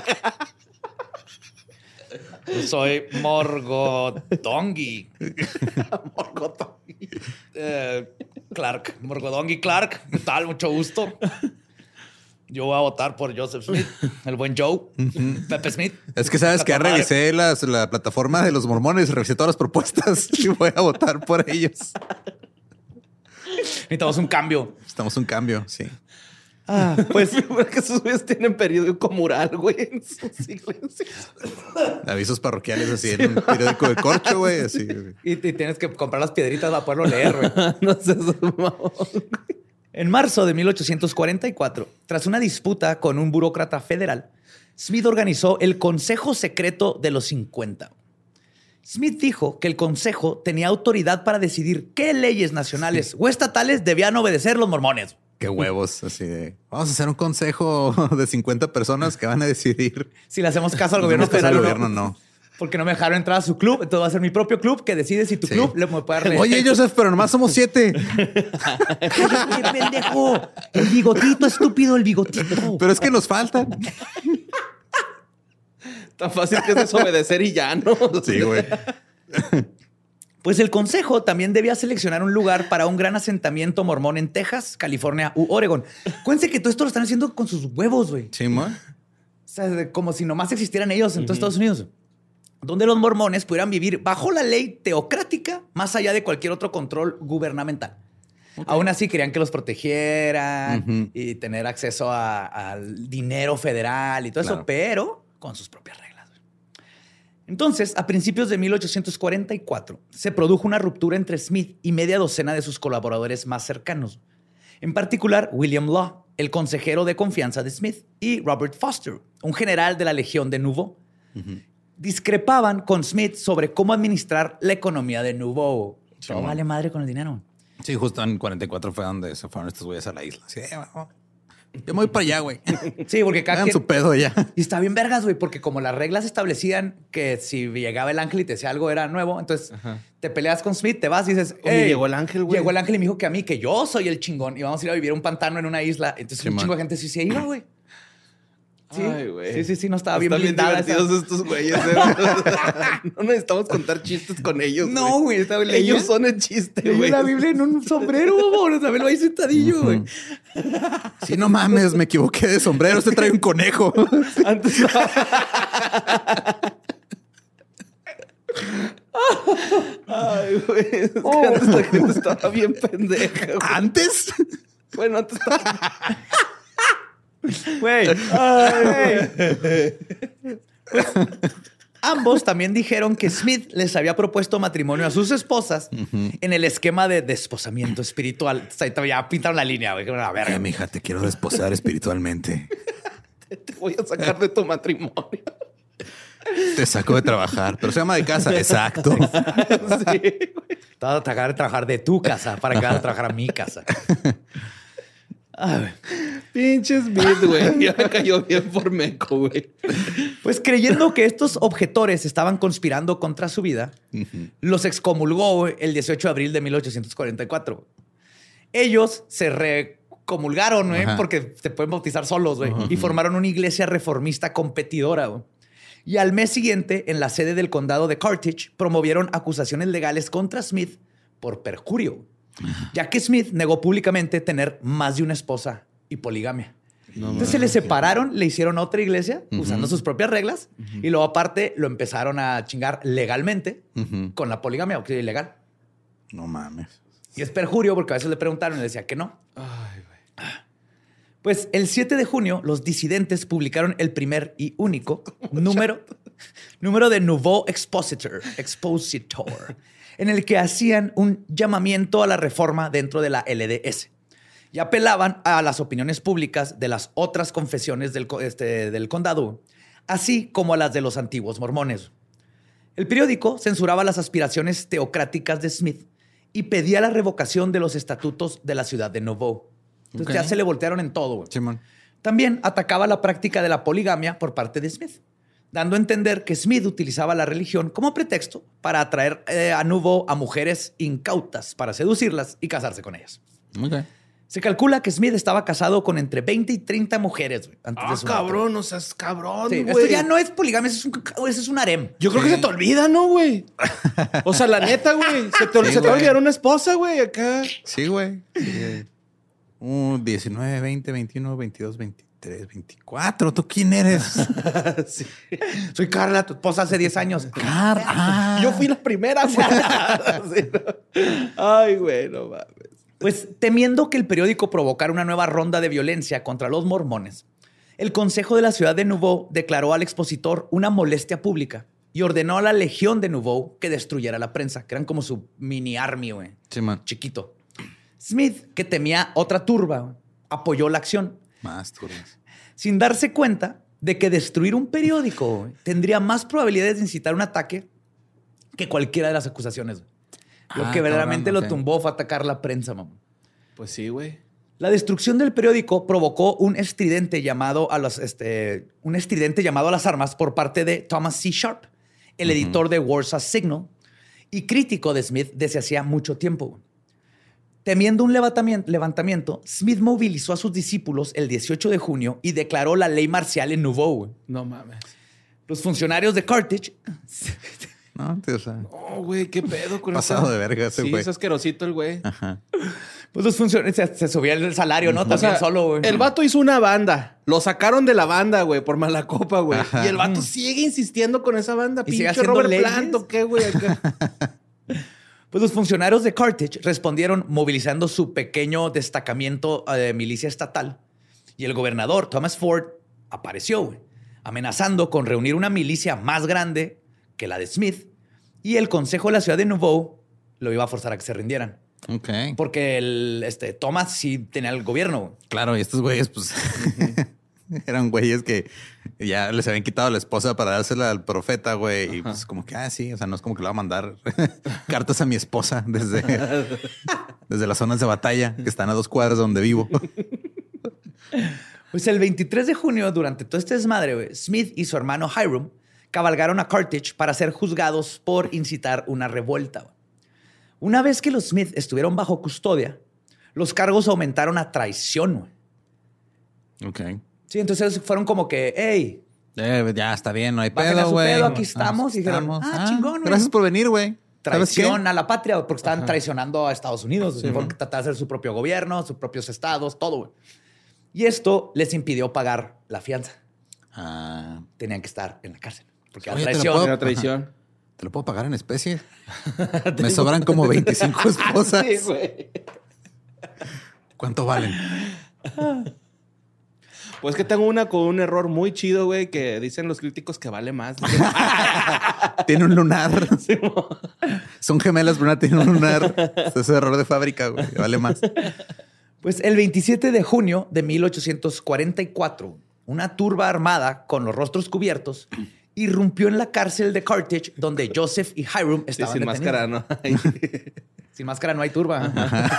Yo soy Morgodongi. Morgodongi. Clark. Morgodongi Clark. ¿Qué tal? Mucho gusto. Yo voy a votar por Joseph Smith, el buen Joe, Pepe Smith. Es que sabes que revisé la plataforma de los mormones, revisé todas las propuestas y voy a votar por ellos. Necesitamos un cambio. Necesitamos un cambio, sí. Pues que esos güeyes tienen periódico mural, güey, en sus iglesias. Avisos parroquiales así en un periódico de corcho, güey. Así. Y tienes que comprar las piedritas para poderlo leer, güey. No seas mamón. En marzo de 1844, tras una disputa con un burócrata federal, Smith organizó el Consejo Secreto de los 50. Smith dijo que el consejo tenía autoridad para decidir qué leyes nacionales o estatales debían obedecer los mormones. Qué huevos, así de... Vamos a hacer un consejo de 50 personas que van a decidir si le hacemos caso al gobierno federal o no. No. Porque no me dejaron entrar a su club. Entonces va a ser mi propio club que decide si tu club le puede dar... Oye, Joseph, pero nomás somos 7. ¡Qué pendejo! El bigotito, estúpido, el bigotito. Pero es que nos faltan. Tan fácil que es desobedecer y ya, ¿no? Sí, güey. Pues el consejo también debía seleccionar un lugar para un gran asentamiento mormón en Texas, California u Oregon. Cuéntense que todo esto lo están haciendo con sus huevos, güey. Sí, man. O sea, como si nomás existieran ellos en todos Estados Unidos. Donde los mormones pudieran vivir bajo la ley teocrática más allá de cualquier otro control gubernamental. Aún así querían que los protegieran y tener acceso al dinero federal y todo eso, pero con sus propias reglas. Entonces, a principios de 1844, se produjo una ruptura entre Smith y media docena de sus colaboradores más cercanos. En particular, William Law, el consejero de confianza de Smith, y Robert Foster, un general de la Legión de Nouveau. Discrepaban con Smith sobre cómo administrar la economía de Nouveau. Todo vale madre con el dinero. Sí, justo en 44 fue donde se fueron estos güeyes a la isla. Sí, yo me voy para allá, güey. Sí, porque cada quien... su pedo ya. Y está bien vergas, güey, porque como las reglas establecían que si llegaba el ángel y te decía algo era nuevo, entonces te peleas con Smith, te vas y dices... Oye, llegó el ángel, güey. Llegó el ángel y me dijo que a mí, que yo soy el chingón y vamos a ir a vivir a un pantano en una isla. Entonces un chingo de gente sí se iba, güey. Sí, ay, güey. Sí, no estaba Están bien blindada. divertidos estos güeyes. No necesitamos contar chistes con ellos. No, güey. Ellos son el chiste, güey. La Biblia en un sombrero, güey. También lo hay sentadillo, güey. Sí, no mames, me equivoqué de sombrero. Usted trae un conejo. Antes. Ay, güey. Es que antes la gente estaba bien pendeja, güey. ¿Antes? Bueno, antes estaba... Güey. Ambos también dijeron que Smith les había propuesto matrimonio a sus esposas en el esquema de desposamiento espiritual. O sea, ya pintaron la línea, güey. A ver, mija, te quiero desposar espiritualmente. Te voy a sacar de tu matrimonio. Te saco de trabajar, pero se llama de casa. Exacto. Sí. Te vas a trabajar de tu casa para que vas a trabajar a mi casa. Pinche Smith, güey. Ya me cayó bien por meco, güey. Pues creyendo que estos objetores estaban conspirando contra su vida, los excomulgó el 18 de abril de 1844. Ellos se recomulgaron, güey, porque se pueden bautizar solos, güey, y formaron una iglesia reformista competidora, güey. Y al mes siguiente, en la sede del condado de Carthage, promovieron acusaciones legales contra Smith por perjurio, ya que Smith negó públicamente tener más de una esposa y poligamia. Entonces se le separaron, le hicieron otra iglesia usando sus propias reglas y luego aparte lo empezaron a chingar legalmente con la poligamia, o que es ilegal. No mames. Y es perjurio porque a veces le preguntaron y le decía que no. Ay, güey. Pues el 7 de junio los disidentes publicaron el primer y único número de Nouveau Expositor, en el que hacían un llamamiento a la reforma dentro de la LDS y apelaban a las opiniones públicas de las otras confesiones del condado, así como a las de los antiguos mormones. El periódico censuraba las aspiraciones teocráticas de Smith y pedía la revocación de los estatutos de la ciudad de Nouveau. Entonces ya se le voltearon en todo, güey. Simón. También atacaba la práctica de la poligamia por parte de Smith, dando a entender que Smith utilizaba la religión como pretexto para atraer a Nouveau a mujeres incautas para seducirlas y casarse con ellas. Okay. Se calcula que Smith estaba casado con entre 20 y 30 mujeres, güey, antes de su muerte. Cabrón, o sea, es cabrón, Sí, güey. esto ya no es poligamia, eso es un harem. Yo creo que se te olvida, ¿no, güey? O sea, la neta, güey. Se te va a olvidar una esposa, güey, acá. Sí, güey. 19, 20, 21, 22, 23, 24. ¿Tú quién eres? Sí. Soy Carla, tu esposa hace 10 años. Carla. Yo fui la primera, güey. Sí, no. Ay, güey, no mames. Pues temiendo que el periódico provocara una nueva ronda de violencia contra los mormones, el Consejo de la Ciudad de Nouveau declaró al expositor una molestia pública y ordenó a la Legión de Nouveau que destruyera la prensa, que eran como su mini army, güey. Sí, man. Chiquito. Smith, que temía otra turba, apoyó la acción. Más turbas. Sin darse cuenta de que destruir un periódico tendría más probabilidades de incitar un ataque que cualquiera de las acusaciones. Lo que verdaderamente lo tumbó fue atacar la prensa, mamá. Pues sí, güey. La destrucción del periódico provocó un estridente llamado a las armas por parte de Thomas C. Sharp, el editor de Warsaw Signal y crítico de Smith desde hacía mucho tiempo. Temiendo un levantamiento, Smith movilizó a sus discípulos el 18 de junio y declaró la ley marcial en Nouveau. No mames. Los funcionarios de Carthage... No, tío, o sea, No, güey, qué pedo con pasado esa- de verga ese Sí, güey. es asquerosito el güey. Ajá. Pues los funcionarios se subía el salario, ¿no? O También sea, solo, güey. el vato hizo una banda. Lo sacaron de la banda, güey, por mala copa, güey. Ajá. Y el vato sigue insistiendo con esa banda. Y sigue Pinche haciendo Robert leyes. Plant, ¿o qué, güey? Acá. Pues los funcionarios de Carthage respondieron movilizando su pequeño destacamento de milicia estatal y el gobernador Thomas Ford apareció, güey, amenazando con reunir una milicia más grande que la de Smith y el consejo de la ciudad de Nauvoo lo iba a forzar a que se rindieran. Ok. Porque Thomas sí tenía el gobierno. Claro, y estos güeyes, pues, eran güeyes que ya les habían quitado a la esposa para dársela al profeta, güey. Y pues como que, sí, o sea, no es como que le va a mandar cartas a mi esposa desde las zonas de batalla que están a 2 cuadras de donde vivo. Pues el 23 de junio, durante todo este desmadre, güey, Smith y su hermano Hiram cabalgaron a Carthage para ser juzgados por incitar una revuelta, güey. Una vez que los Smith estuvieron bajo custodia, los cargos aumentaron a traición, güey. Ok. Sí, entonces fueron como que, hey, ya está bien, no hay bájenle a pedo, su güey. pedo, aquí estamos. Y dijeron, chingón, güey. Gracias por venir, güey. Traición a la patria, güey, porque estaban traicionando a Estados Unidos, porque trataban de hacer su propio gobierno, sus propios estados, todo, güey. Y esto les impidió pagar la fianza. Tenían que estar en la cárcel. Porque Oye, Era traición. ¿Te lo puedo pagar en especie? Me sobran como 25 esposas. Sí, güey. ¿Cuánto valen? Pues que tengo una con un error muy chido, güey, que dicen los críticos que vale más. Tiene un lunar. Sí, son gemelas, pero una tiene un lunar. Ese es error de fábrica, güey. Vale más. Pues el 27 de junio de 1844, una turba armada con los rostros cubiertos irrumpió en la cárcel de Carthage, donde Joseph y Hiram estaban sin detenidos. máscara, ¿no? Sin máscara no hay turba.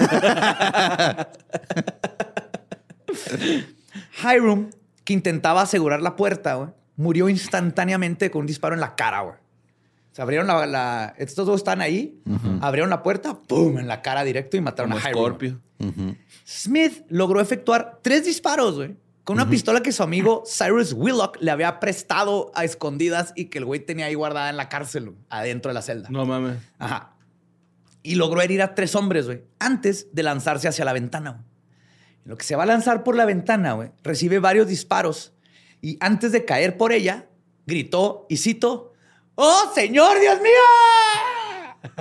Hiram, que intentaba asegurar la puerta, güey, murió instantáneamente con un disparo en la cara, güey. Se abrieron estos dos están ahí, abrieron la puerta, ¡pum!, en la cara directo y mataron Como a Hiram. Scorpio. Smith logró efectuar 3 disparos, güey, con una pistola que su amigo Cyrus Willock le había prestado a escondidas y que el güey tenía ahí guardada en la cárcel, güey, adentro de la celda. No mames. Ajá. Y logró herir a 3 hombres, güey, antes de lanzarse hacia la ventana, güey. En lo que se va a lanzar por la ventana, güey, recibe varios disparos y antes de caer por ella, gritó, y cito, ¡Oh, señor, Dios mío!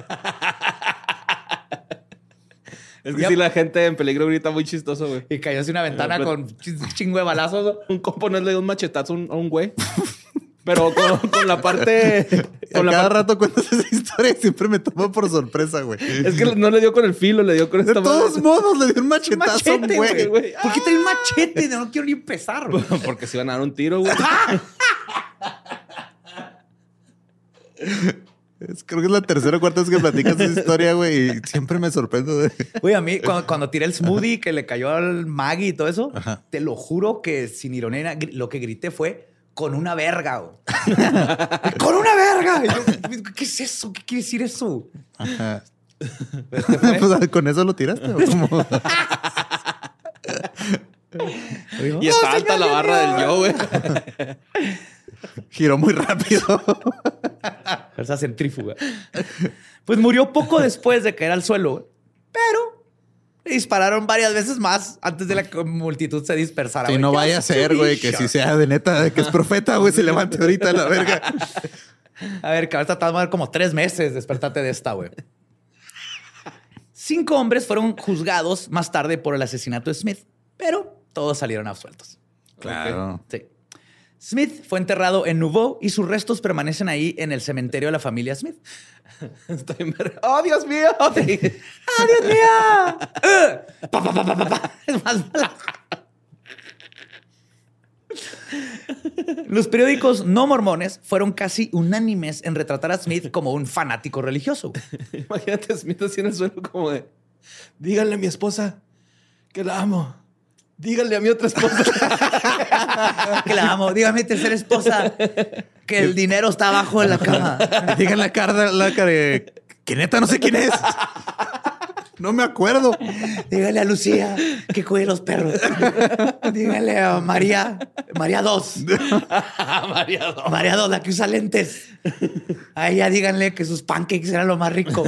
Es que si la gente en peligro grita muy chistoso, güey. Y cayó hacia una ventana con chingo de balazos. Un compo no le dio un machetazo a un güey. Pero con la parte... Cada rato cuentas esa historia y siempre me toma por sorpresa, güey. Es que no le dio con el filo, le dio con esta De todos modos, le dio un machetazo a un güey. ¿Por qué trae un machete? No quiero ni empezar, güey. Porque se iban a dar un tiro, güey. Creo que es la tercera o cuarta vez que platicas esa historia, güey. Y siempre me sorprendo. Güey, a mí, cuando tiré el smoothie que le cayó al Maggie y todo eso, te lo juro que sin ironía, lo que grité fue con una verga, güey. ¡Con una verga! Yo, ¿qué es eso? ¿Qué quiere decir eso? Ajá. Pues, ¿con eso lo tiraste? ¿O cómo? Y está alta la barra del yo, güey. Giró muy rápido. Fuerza centrífuga. Pues murió poco después de caer al suelo, güey. Pero le dispararon varias veces más antes de la multitud se dispersara. Sí, güey. no vaya a ser, güey, que si sea de neta, de que es profeta, güey, se levante ahorita a la verga. A ver, cabrón, tratando de ver como 3 meses despertarte de esta, güey. 5 hombres fueron juzgados más tarde por el asesinato de Smith, pero todos salieron absueltos. Claro. Sí. Smith fue enterrado en Nauvoo y sus restos permanecen ahí en el cementerio de la familia Smith. ¡Oh, Dios mío! ¡Oh, Dios mío! Es más mala. Los periódicos no mormones fueron casi unánimes en retratar a Smith como un fanático religioso. Imagínate a Smith así en el suelo como de... Díganle a mi esposa que la amo. Díganle a mi otra esposa que la amo. Dígame a mi tercera esposa que el dinero está abajo de la cama. Díganle a Carla que neta no sé quién es. No me acuerdo. Dígale a Lucía que cuide los perros. Dígale a María 2. María 2, la que usa lentes. A ella díganle que sus pancakes eran lo más rico.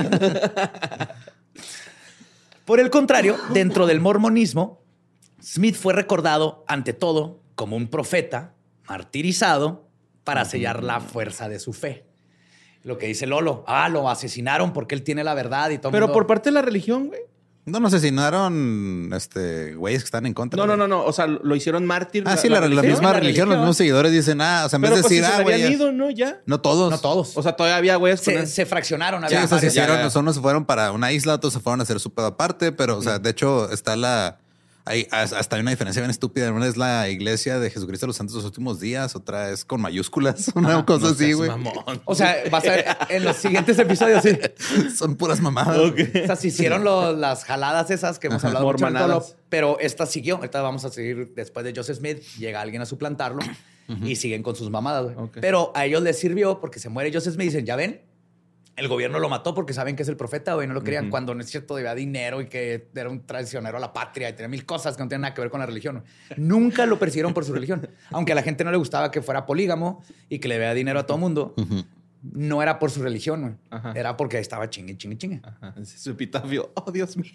Por el contrario, dentro del mormonismo, Smith fue recordado ante todo como un profeta martirizado para sellar la fuerza de su fe. Lo que dice Lolo. Lo asesinaron porque él tiene la verdad y todo. Pero por parte de la religión, güey. No nos asesinaron güeyes que están en contra. No. O sea, lo hicieron mártir. La misma religión, los mismos seguidores dicen, o sea, en vez de decir, habían ido, ¿no? Ya. No todos. No todos. O sea, todavía había güeyes se fraccionaron. Sí, se hicieron, unos se fueron para una isla, otros se fueron a hacer su pedo aparte, pero, o sea, de hecho, está hasta hay una diferencia bien estúpida. Una es la iglesia de Jesucristo de los Santos de los Últimos Días, otra es con mayúsculas, una cosa así, güey. O sea, vas a ver en los siguientes episodios, sí. Son puras mamadas. Okay. O sea, se hicieron las jaladas esas que hemos hablado mucho, pero esta siguió. Ahorita vamos a seguir después de Joseph Smith. Llega alguien a suplantarlo y siguen con sus mamadas, güey. Okay. Pero a ellos les sirvió porque se muere Joseph Smith y dicen, ¿ya ven? El gobierno lo mató porque saben que es el profeta, güey. No lo querían cuando no es cierto, debía dinero y que era un traicionero a la patria y tenía mil cosas que no tienen nada que ver con la religión. Nunca lo persiguieron por su religión. Aunque a la gente no le gustaba que fuera polígamo y que le debía dinero a todo mundo, no era por su religión, güey. Era porque estaba chingue. Ajá. Su epitafio. Oh, Dios mío.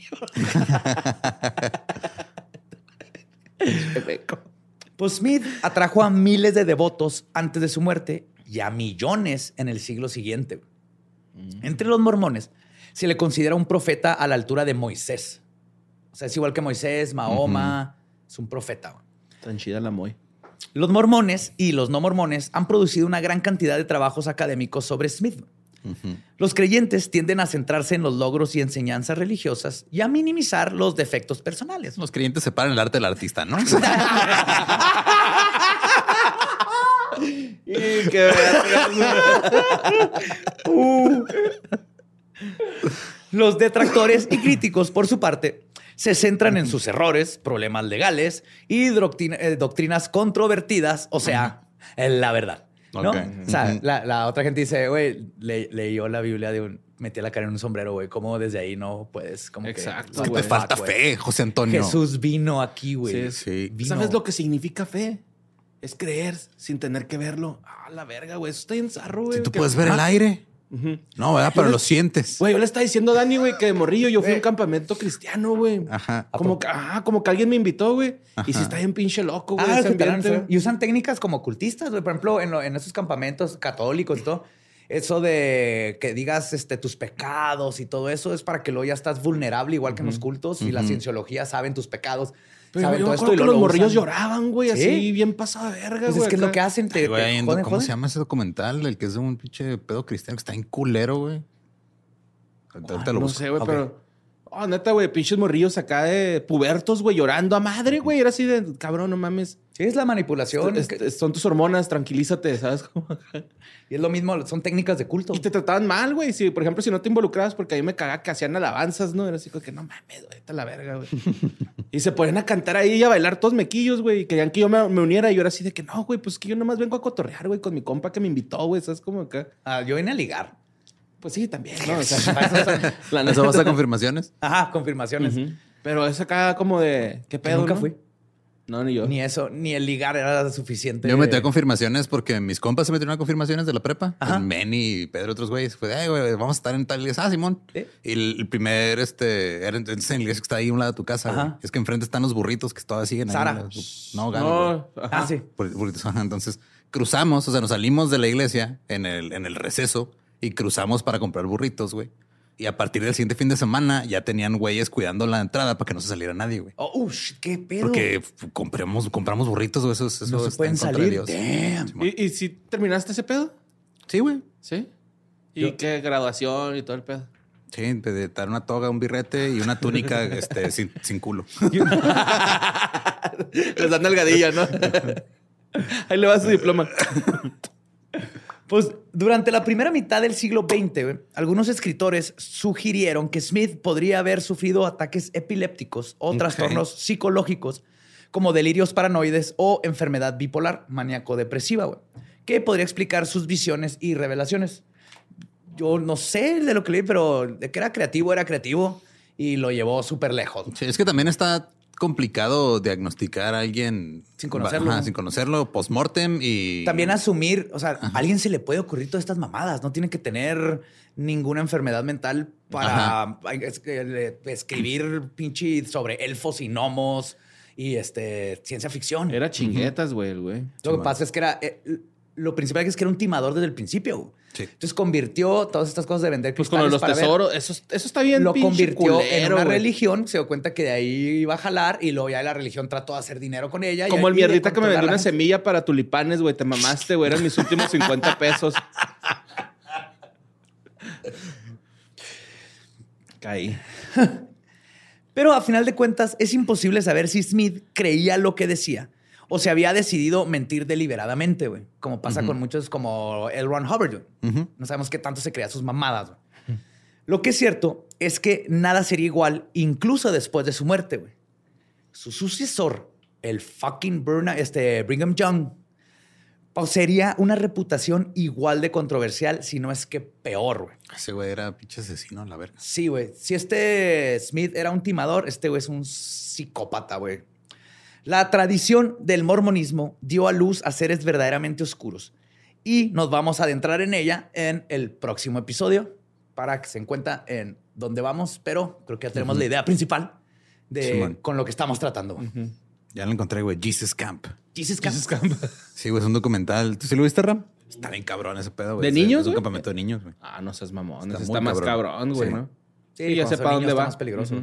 Pues Smith atrajo a miles de devotos antes de su muerte y a millones en el siglo siguiente. Entre los mormones se le considera un profeta a la altura de Moisés. O sea, es igual que Moisés, Mahoma, es un profeta. Tan chida la Moy. Los mormones y los no mormones han producido una gran cantidad de trabajos académicos sobre Smith. Los creyentes tienden a centrarse en los logros y enseñanzas religiosas y a minimizar los defectos personales. Los creyentes separan el arte del artista, ¿no? Los detractores y críticos, por su parte, se centran en sus errores, problemas legales y doctrinas controvertidas, o sea, en la verdad, ¿no? Okay. O sea, la otra gente dice, güey, leyó la Biblia metí la cara en un sombrero, güey. ¿Cómo desde ahí no puedes? Como exacto. Que te falta fe, José Antonio. Jesús vino aquí, güey. Sí. ¿Sabes lo que significa fe? Es creer sin tener que verlo. La verga, güey. Eso está en zarro, güey. Si tú puedes ver el aire. No, ¿verdad? Pero lo sientes. Güey, yo le estaba diciendo a Dani, güey, que de morrillo yo fui a un campamento cristiano, güey. Ajá. Como que alguien me invitó, güey. Y sí está bien pinche loco, güey. Ese ambiente. Y usan técnicas como ocultistas, güey. Por ejemplo, en esos campamentos católicos y todo. Eso de que digas tus pecados y todo eso es para que luego ya estás vulnerable, igual que en los cultos. Y la cienciología saben tus pecados. Pero yo me acuerdo que los morrillos lloraban, güey, así bien pasado de verga, pues güey. Es que es lo que hacen. ¿Cómo se llama ese documental? El que es de un pinche pedo cristiano que está en culero, güey. No sé, güey, pero... neta, güey, pinches morrillos acá de pubertos, güey, llorando a madre, güey. Era así de, cabrón, no mames. Sí, es la manipulación. Son tus hormonas, tranquilízate, ¿sabes? Y es lo mismo, son técnicas de culto. Y te trataban mal, güey. Si, por ejemplo, si no te involucrabas, porque a mí me cagaba que hacían alabanzas, ¿no? Era así como que, no mames, güey, está la verga, güey. Y se ponían a cantar ahí y a bailar todos mequillos, güey. Y querían que yo me uniera. Y yo era así de que, no, güey, pues que yo nomás vengo a cotorrear, güey, con mi compa que me invitó, güey. ¿Sabes? Como acá. Yo vine a ligar. Pues sí, también, ¿no? O sea, ¿Eso vas a confirmaciones? Ajá, confirmaciones. Pero es acá como de, ¿qué pedo? Nunca fui. No, ni yo. Ni eso, ni el ligar era suficiente. Yo metí a confirmaciones porque mis compas se metieron a confirmaciones de la prepa. Manny y Pedro, otros güeyes. Fue, güey, vamos a estar en tal iglesia. Simón. ¿Sí? Y el primer, era entonces en la iglesia que está ahí a un lado de tu casa. Güey. Es que enfrente están los burritos que todavía siguen Sara. ahí. No, Gano. Sí. Burritos. Entonces cruzamos, o sea, nos salimos de la iglesia en el receso y cruzamos para comprar burritos, güey. Y a partir del siguiente fin de semana ya tenían güeyes cuidando la entrada para que no se saliera nadie, güey. ¿Qué pedo? Porque compramos burritos, güey. Eso no se pueden salir. Damn. ¿Y si terminaste ese pedo? Sí, güey. ¿Sí? ¿Y qué graduación y todo el pedo? Sí, de dar una toga, un birrete y una túnica sin culo. Les dan nalgadilla, ¿no? Ahí le va su diploma. Pues durante la primera mitad del siglo XX, algunos escritores sugirieron que Smith podría haber sufrido ataques epilépticos o trastornos psicológicos como delirios paranoides o enfermedad bipolar maníaco-depresiva, que podría explicar sus visiones y revelaciones. Yo no sé de lo que leí, pero de que era creativo y lo llevó súper lejos. Sí, es que también está complicado diagnosticar a alguien sin conocerlo. Sin conocerlo, post-mortem y... También asumir, o sea, a alguien se le puede ocurrir todas estas mamadas. No tiene que tener ninguna enfermedad mental para escribir pinche sobre elfos y gnomos y ciencia ficción. Era chinguetas, güey, el güey. Lo que pasa es que era... lo principal es que era un timador desde el principio. Sí. Entonces convirtió todas estas cosas de vender Pues cristales con los para tesoros, eso está bien. lo convirtió en culero, una güey. religión. Se dio cuenta que de ahí iba a jalar y luego ya la religión trató de hacer dinero con ella. Como y el mierdita de que me vendió una controlar semilla para tulipanes, güey. Te mamaste, güey. Eran mis últimos 50 pesos. Caí. Pero a final de cuentas es imposible saber si Smith creía lo que decía o se había decidido mentir deliberadamente, güey. Como pasa con muchos como L. Ron Hubbard, güey. No sabemos qué tanto se creía sus mamadas, güey. Lo que es cierto es que nada sería igual incluso después de su muerte, güey. Su sucesor, el fucking Brigham Young, poseería una reputación igual de controversial, si no es que peor, güey. Ese güey era pinche asesino, la verga. Sí, güey. Si este Smith era un timador, este güey es un psicópata, güey. La tradición del mormonismo dio a luz a seres verdaderamente oscuros y nos vamos a adentrar en ella en el próximo episodio para que se encuentra en dónde vamos, pero creo que ya tenemos la idea principal de con lo que estamos tratando. Ya lo encontré, güey. Jesus Camp. Jesus Camp. Sí, güey, es un documental. ¿Tú sí lo viste, Ram? Está bien cabrón ese pedo, güey. ¿De niños, Es un güey? campamento de niños, güey. Ah, no seas mamón. Está Está muy más cabrón. cabrón, güey, Sí. ¿no? Sí, ya sé para dónde va. más peligroso.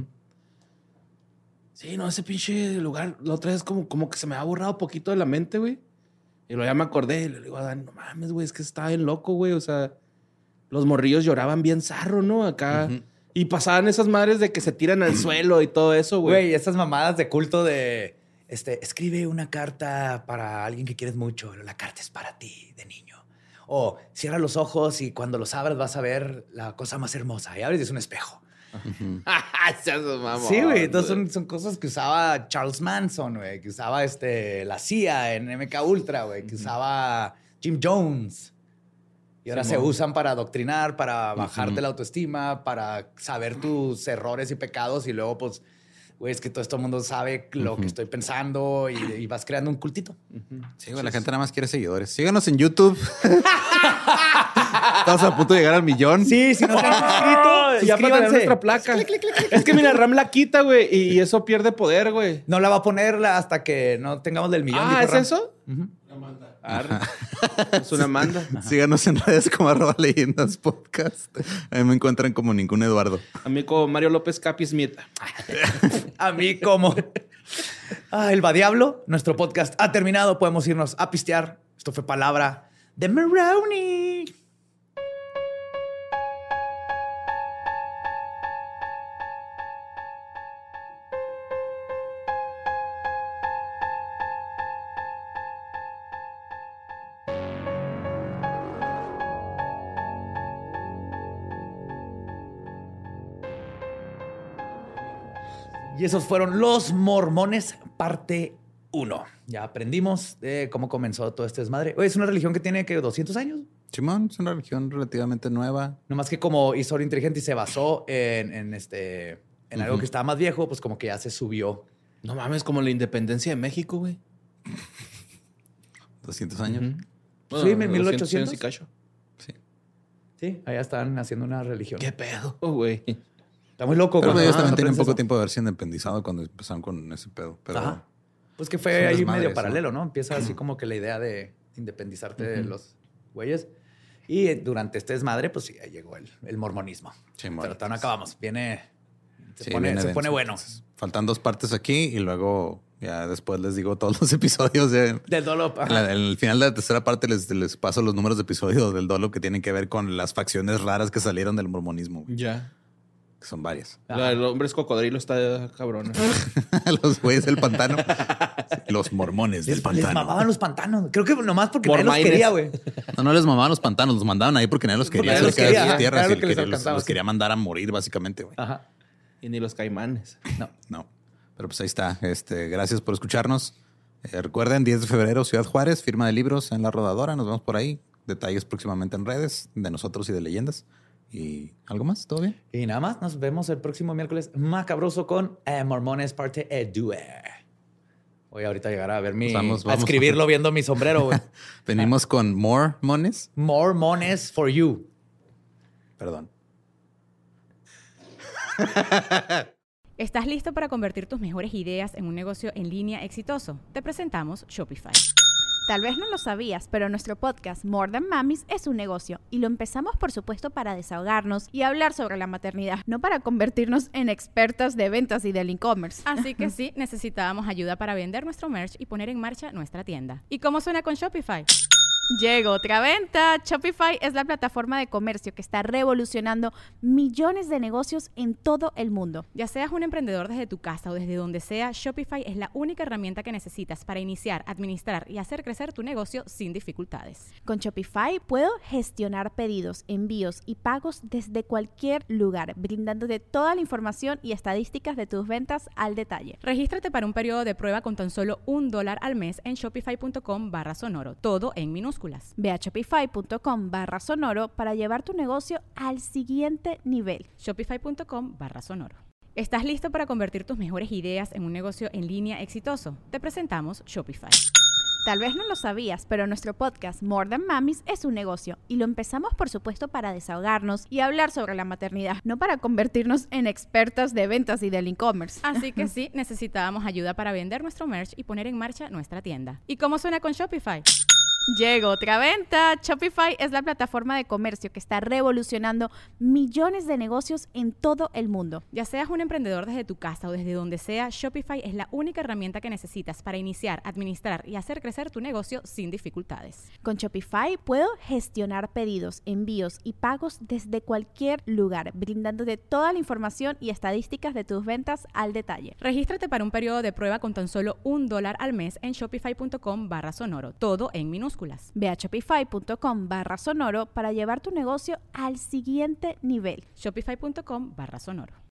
Sí, no, ese pinche lugar, la otra vez como que se me ha borrado poquito de la mente, güey. Y luego ya me acordé y le digo a Dan, no mames, güey, es que estaba bien loco, güey. O sea, los morrillos lloraban bien zarro, ¿no? Acá. Y pasaban esas madres de que se tiran al suelo y todo eso, güey. Güey, estas mamadas de culto de... escribe una carta para alguien que quieres mucho. La carta es para ti, de niño. O cierra los ojos y cuando los abras vas a ver la cosa más hermosa. Y abres y es un espejo. Seas mamón, Sí, güey. Entonces son cosas que usaba Charles Manson, güey. Que usaba la CIA en MK Ultra, güey. Que usaba Jim Jones. Y ahora se usan para adoctrinar, para bajarte la autoestima, para saber tus errores y pecados. Y luego, pues, güey, es que todo el mundo sabe lo que estoy pensando y vas creando un cultito. Sí, güey, la gente nada más quiere seguidores. Síganos en YouTube. Estamos a punto de llegar al 1,000,000. Sí, si no se han suscrito, Ya para tener suscríbanse. nuestra placa. Es que mira, Ram la quita, güey, y eso pierde poder, güey. No la va a poner hasta que no tengamos del 1,000,000. Ah, dijo ¿es Ram. eso? Arre. Es una manda. Síganos en redes como @leyendas podcast. A mí me encuentran como ningún Eduardo. A mí como Mario López Capi Smith. A mí como... El Va Diablo. Nuestro podcast ha terminado. Podemos irnos a pistear. Esto fue Palabra de Maroney. Y esos fueron Los Mormones, parte 1. Ya aprendimos de cómo comenzó todo este desmadre. Oye, es una religión que tiene, ¿qué? 200 años. Simón, es una religión relativamente nueva. No más que como Historia Inteligente y se basó en algo que estaba más viejo, pues como que ya se subió. No mames, como la independencia de México, güey. 200 años. Sí, en 1800. y cacho. Sí. Sí, allá estaban haciendo una religión. ¿Qué pedo, güey? Está muy loco. Pero cuando- ellos también tienen aprendes poco eso. tiempo de haberse independizado cuando empezaron con ese pedo. Pero Ajá. Pues que Es fue un ahí desmadre medio eso. paralelo, ¿no? Empieza así como que la idea de independizarte de los güeyes. Y durante este desmadre, pues sí, ahí llegó el mormonismo. Sí, Pero todavía no acabamos. Se sí, pone viene denso. bueno. Entonces, faltan 2 partes aquí y luego ya después les digo todos los episodios. Del dolo. En el final de la tercera parte les paso los números de episodios del Dolo que tienen que ver con las facciones raras que salieron del mormonismo, güey, Ya. que son varias. El hombre es cocodrilo, está cabrón. Los güeyes del pantano. Los mormones del Les pantano. mamaban los pantanos. Creo que nomás porque nadie los Mormaines. quería, güey. No les mamaban los pantanos, los mandaban ahí porque nadie los quería. nadie los cerca de quería, sus ajá. tierras Era y lo que les los alcanzaba, los sí. quería mandar a morir, básicamente, güey. Ajá. Y ni los caimanes. No. Pero pues ahí está. Gracias por escucharnos. Recuerden, 10 de febrero, Ciudad Juárez, firma de libros en La Rodadora. Nos vemos por ahí. Detalles próximamente en redes de nosotros y de leyendas. ¿Y algo más? ¿Todo bien? Y nada más, nos vemos el próximo miércoles macabroso con Mormones parte 2. Voy ahorita a llegar a ver Pues vamos. a escribirlo viendo mi sombrero, güey. Venimos con More Mones. Mormones for you. Perdón. ¿Estás listo para convertir tus mejores ideas en un negocio en línea exitoso? Te presentamos Shopify. Tal vez no lo sabías, pero nuestro podcast More Than Mamis es un negocio y lo empezamos por supuesto para desahogarnos y hablar sobre la maternidad, no para convertirnos en expertas de ventas y del e-commerce. Así que sí, necesitábamos ayuda para vender nuestro merch y poner en marcha nuestra tienda. ¿Y cómo suena con Shopify? Llegó otra venta. Shopify es la plataforma de comercio que está revolucionando millones de negocios en todo el mundo. Ya seas un emprendedor desde tu casa o desde donde sea, Shopify es la única herramienta que necesitas para iniciar, administrar y hacer crecer tu negocio sin dificultades. Con Shopify puedo gestionar pedidos, envíos y pagos desde cualquier lugar, brindándote toda la información y estadísticas de tus ventas al detalle. Regístrate para un periodo de prueba con tan solo $1 al mes en shopify.com/sonoro, todo en minúsculas. Ve a shopify.com/sonoro para llevar tu negocio al siguiente nivel. Shopify.com/sonoro. ¿Estás listo para convertir tus mejores ideas en un negocio en línea exitoso? Te presentamos Shopify. Tal vez no lo sabías, pero nuestro podcast More Than Mamis es un negocio y lo empezamos por supuesto para desahogarnos y hablar sobre la maternidad, no para convertirnos en expertas de ventas y del e-commerce. Así que sí, necesitábamos ayuda para vender nuestro merch y poner en marcha nuestra tienda. ¿Y cómo suena con Shopify? Llegó otra venta. Shopify es la plataforma de comercio que está revolucionando millones de negocios en todo el mundo. Ya seas un emprendedor desde tu casa o desde donde sea, Shopify es la única herramienta que necesitas para iniciar, administrar y hacer crecer tu negocio sin dificultades. Con Shopify puedo gestionar pedidos, envíos y pagos desde cualquier lugar, brindándote toda la información y estadísticas de tus ventas al detalle. Regístrate para un periodo de prueba con tan solo $1 al mes en shopify.com/sonoro, todo en minúsculas. Ve a shopify.com/sonoro para llevar tu negocio al siguiente nivel. Shopify.com/sonoro.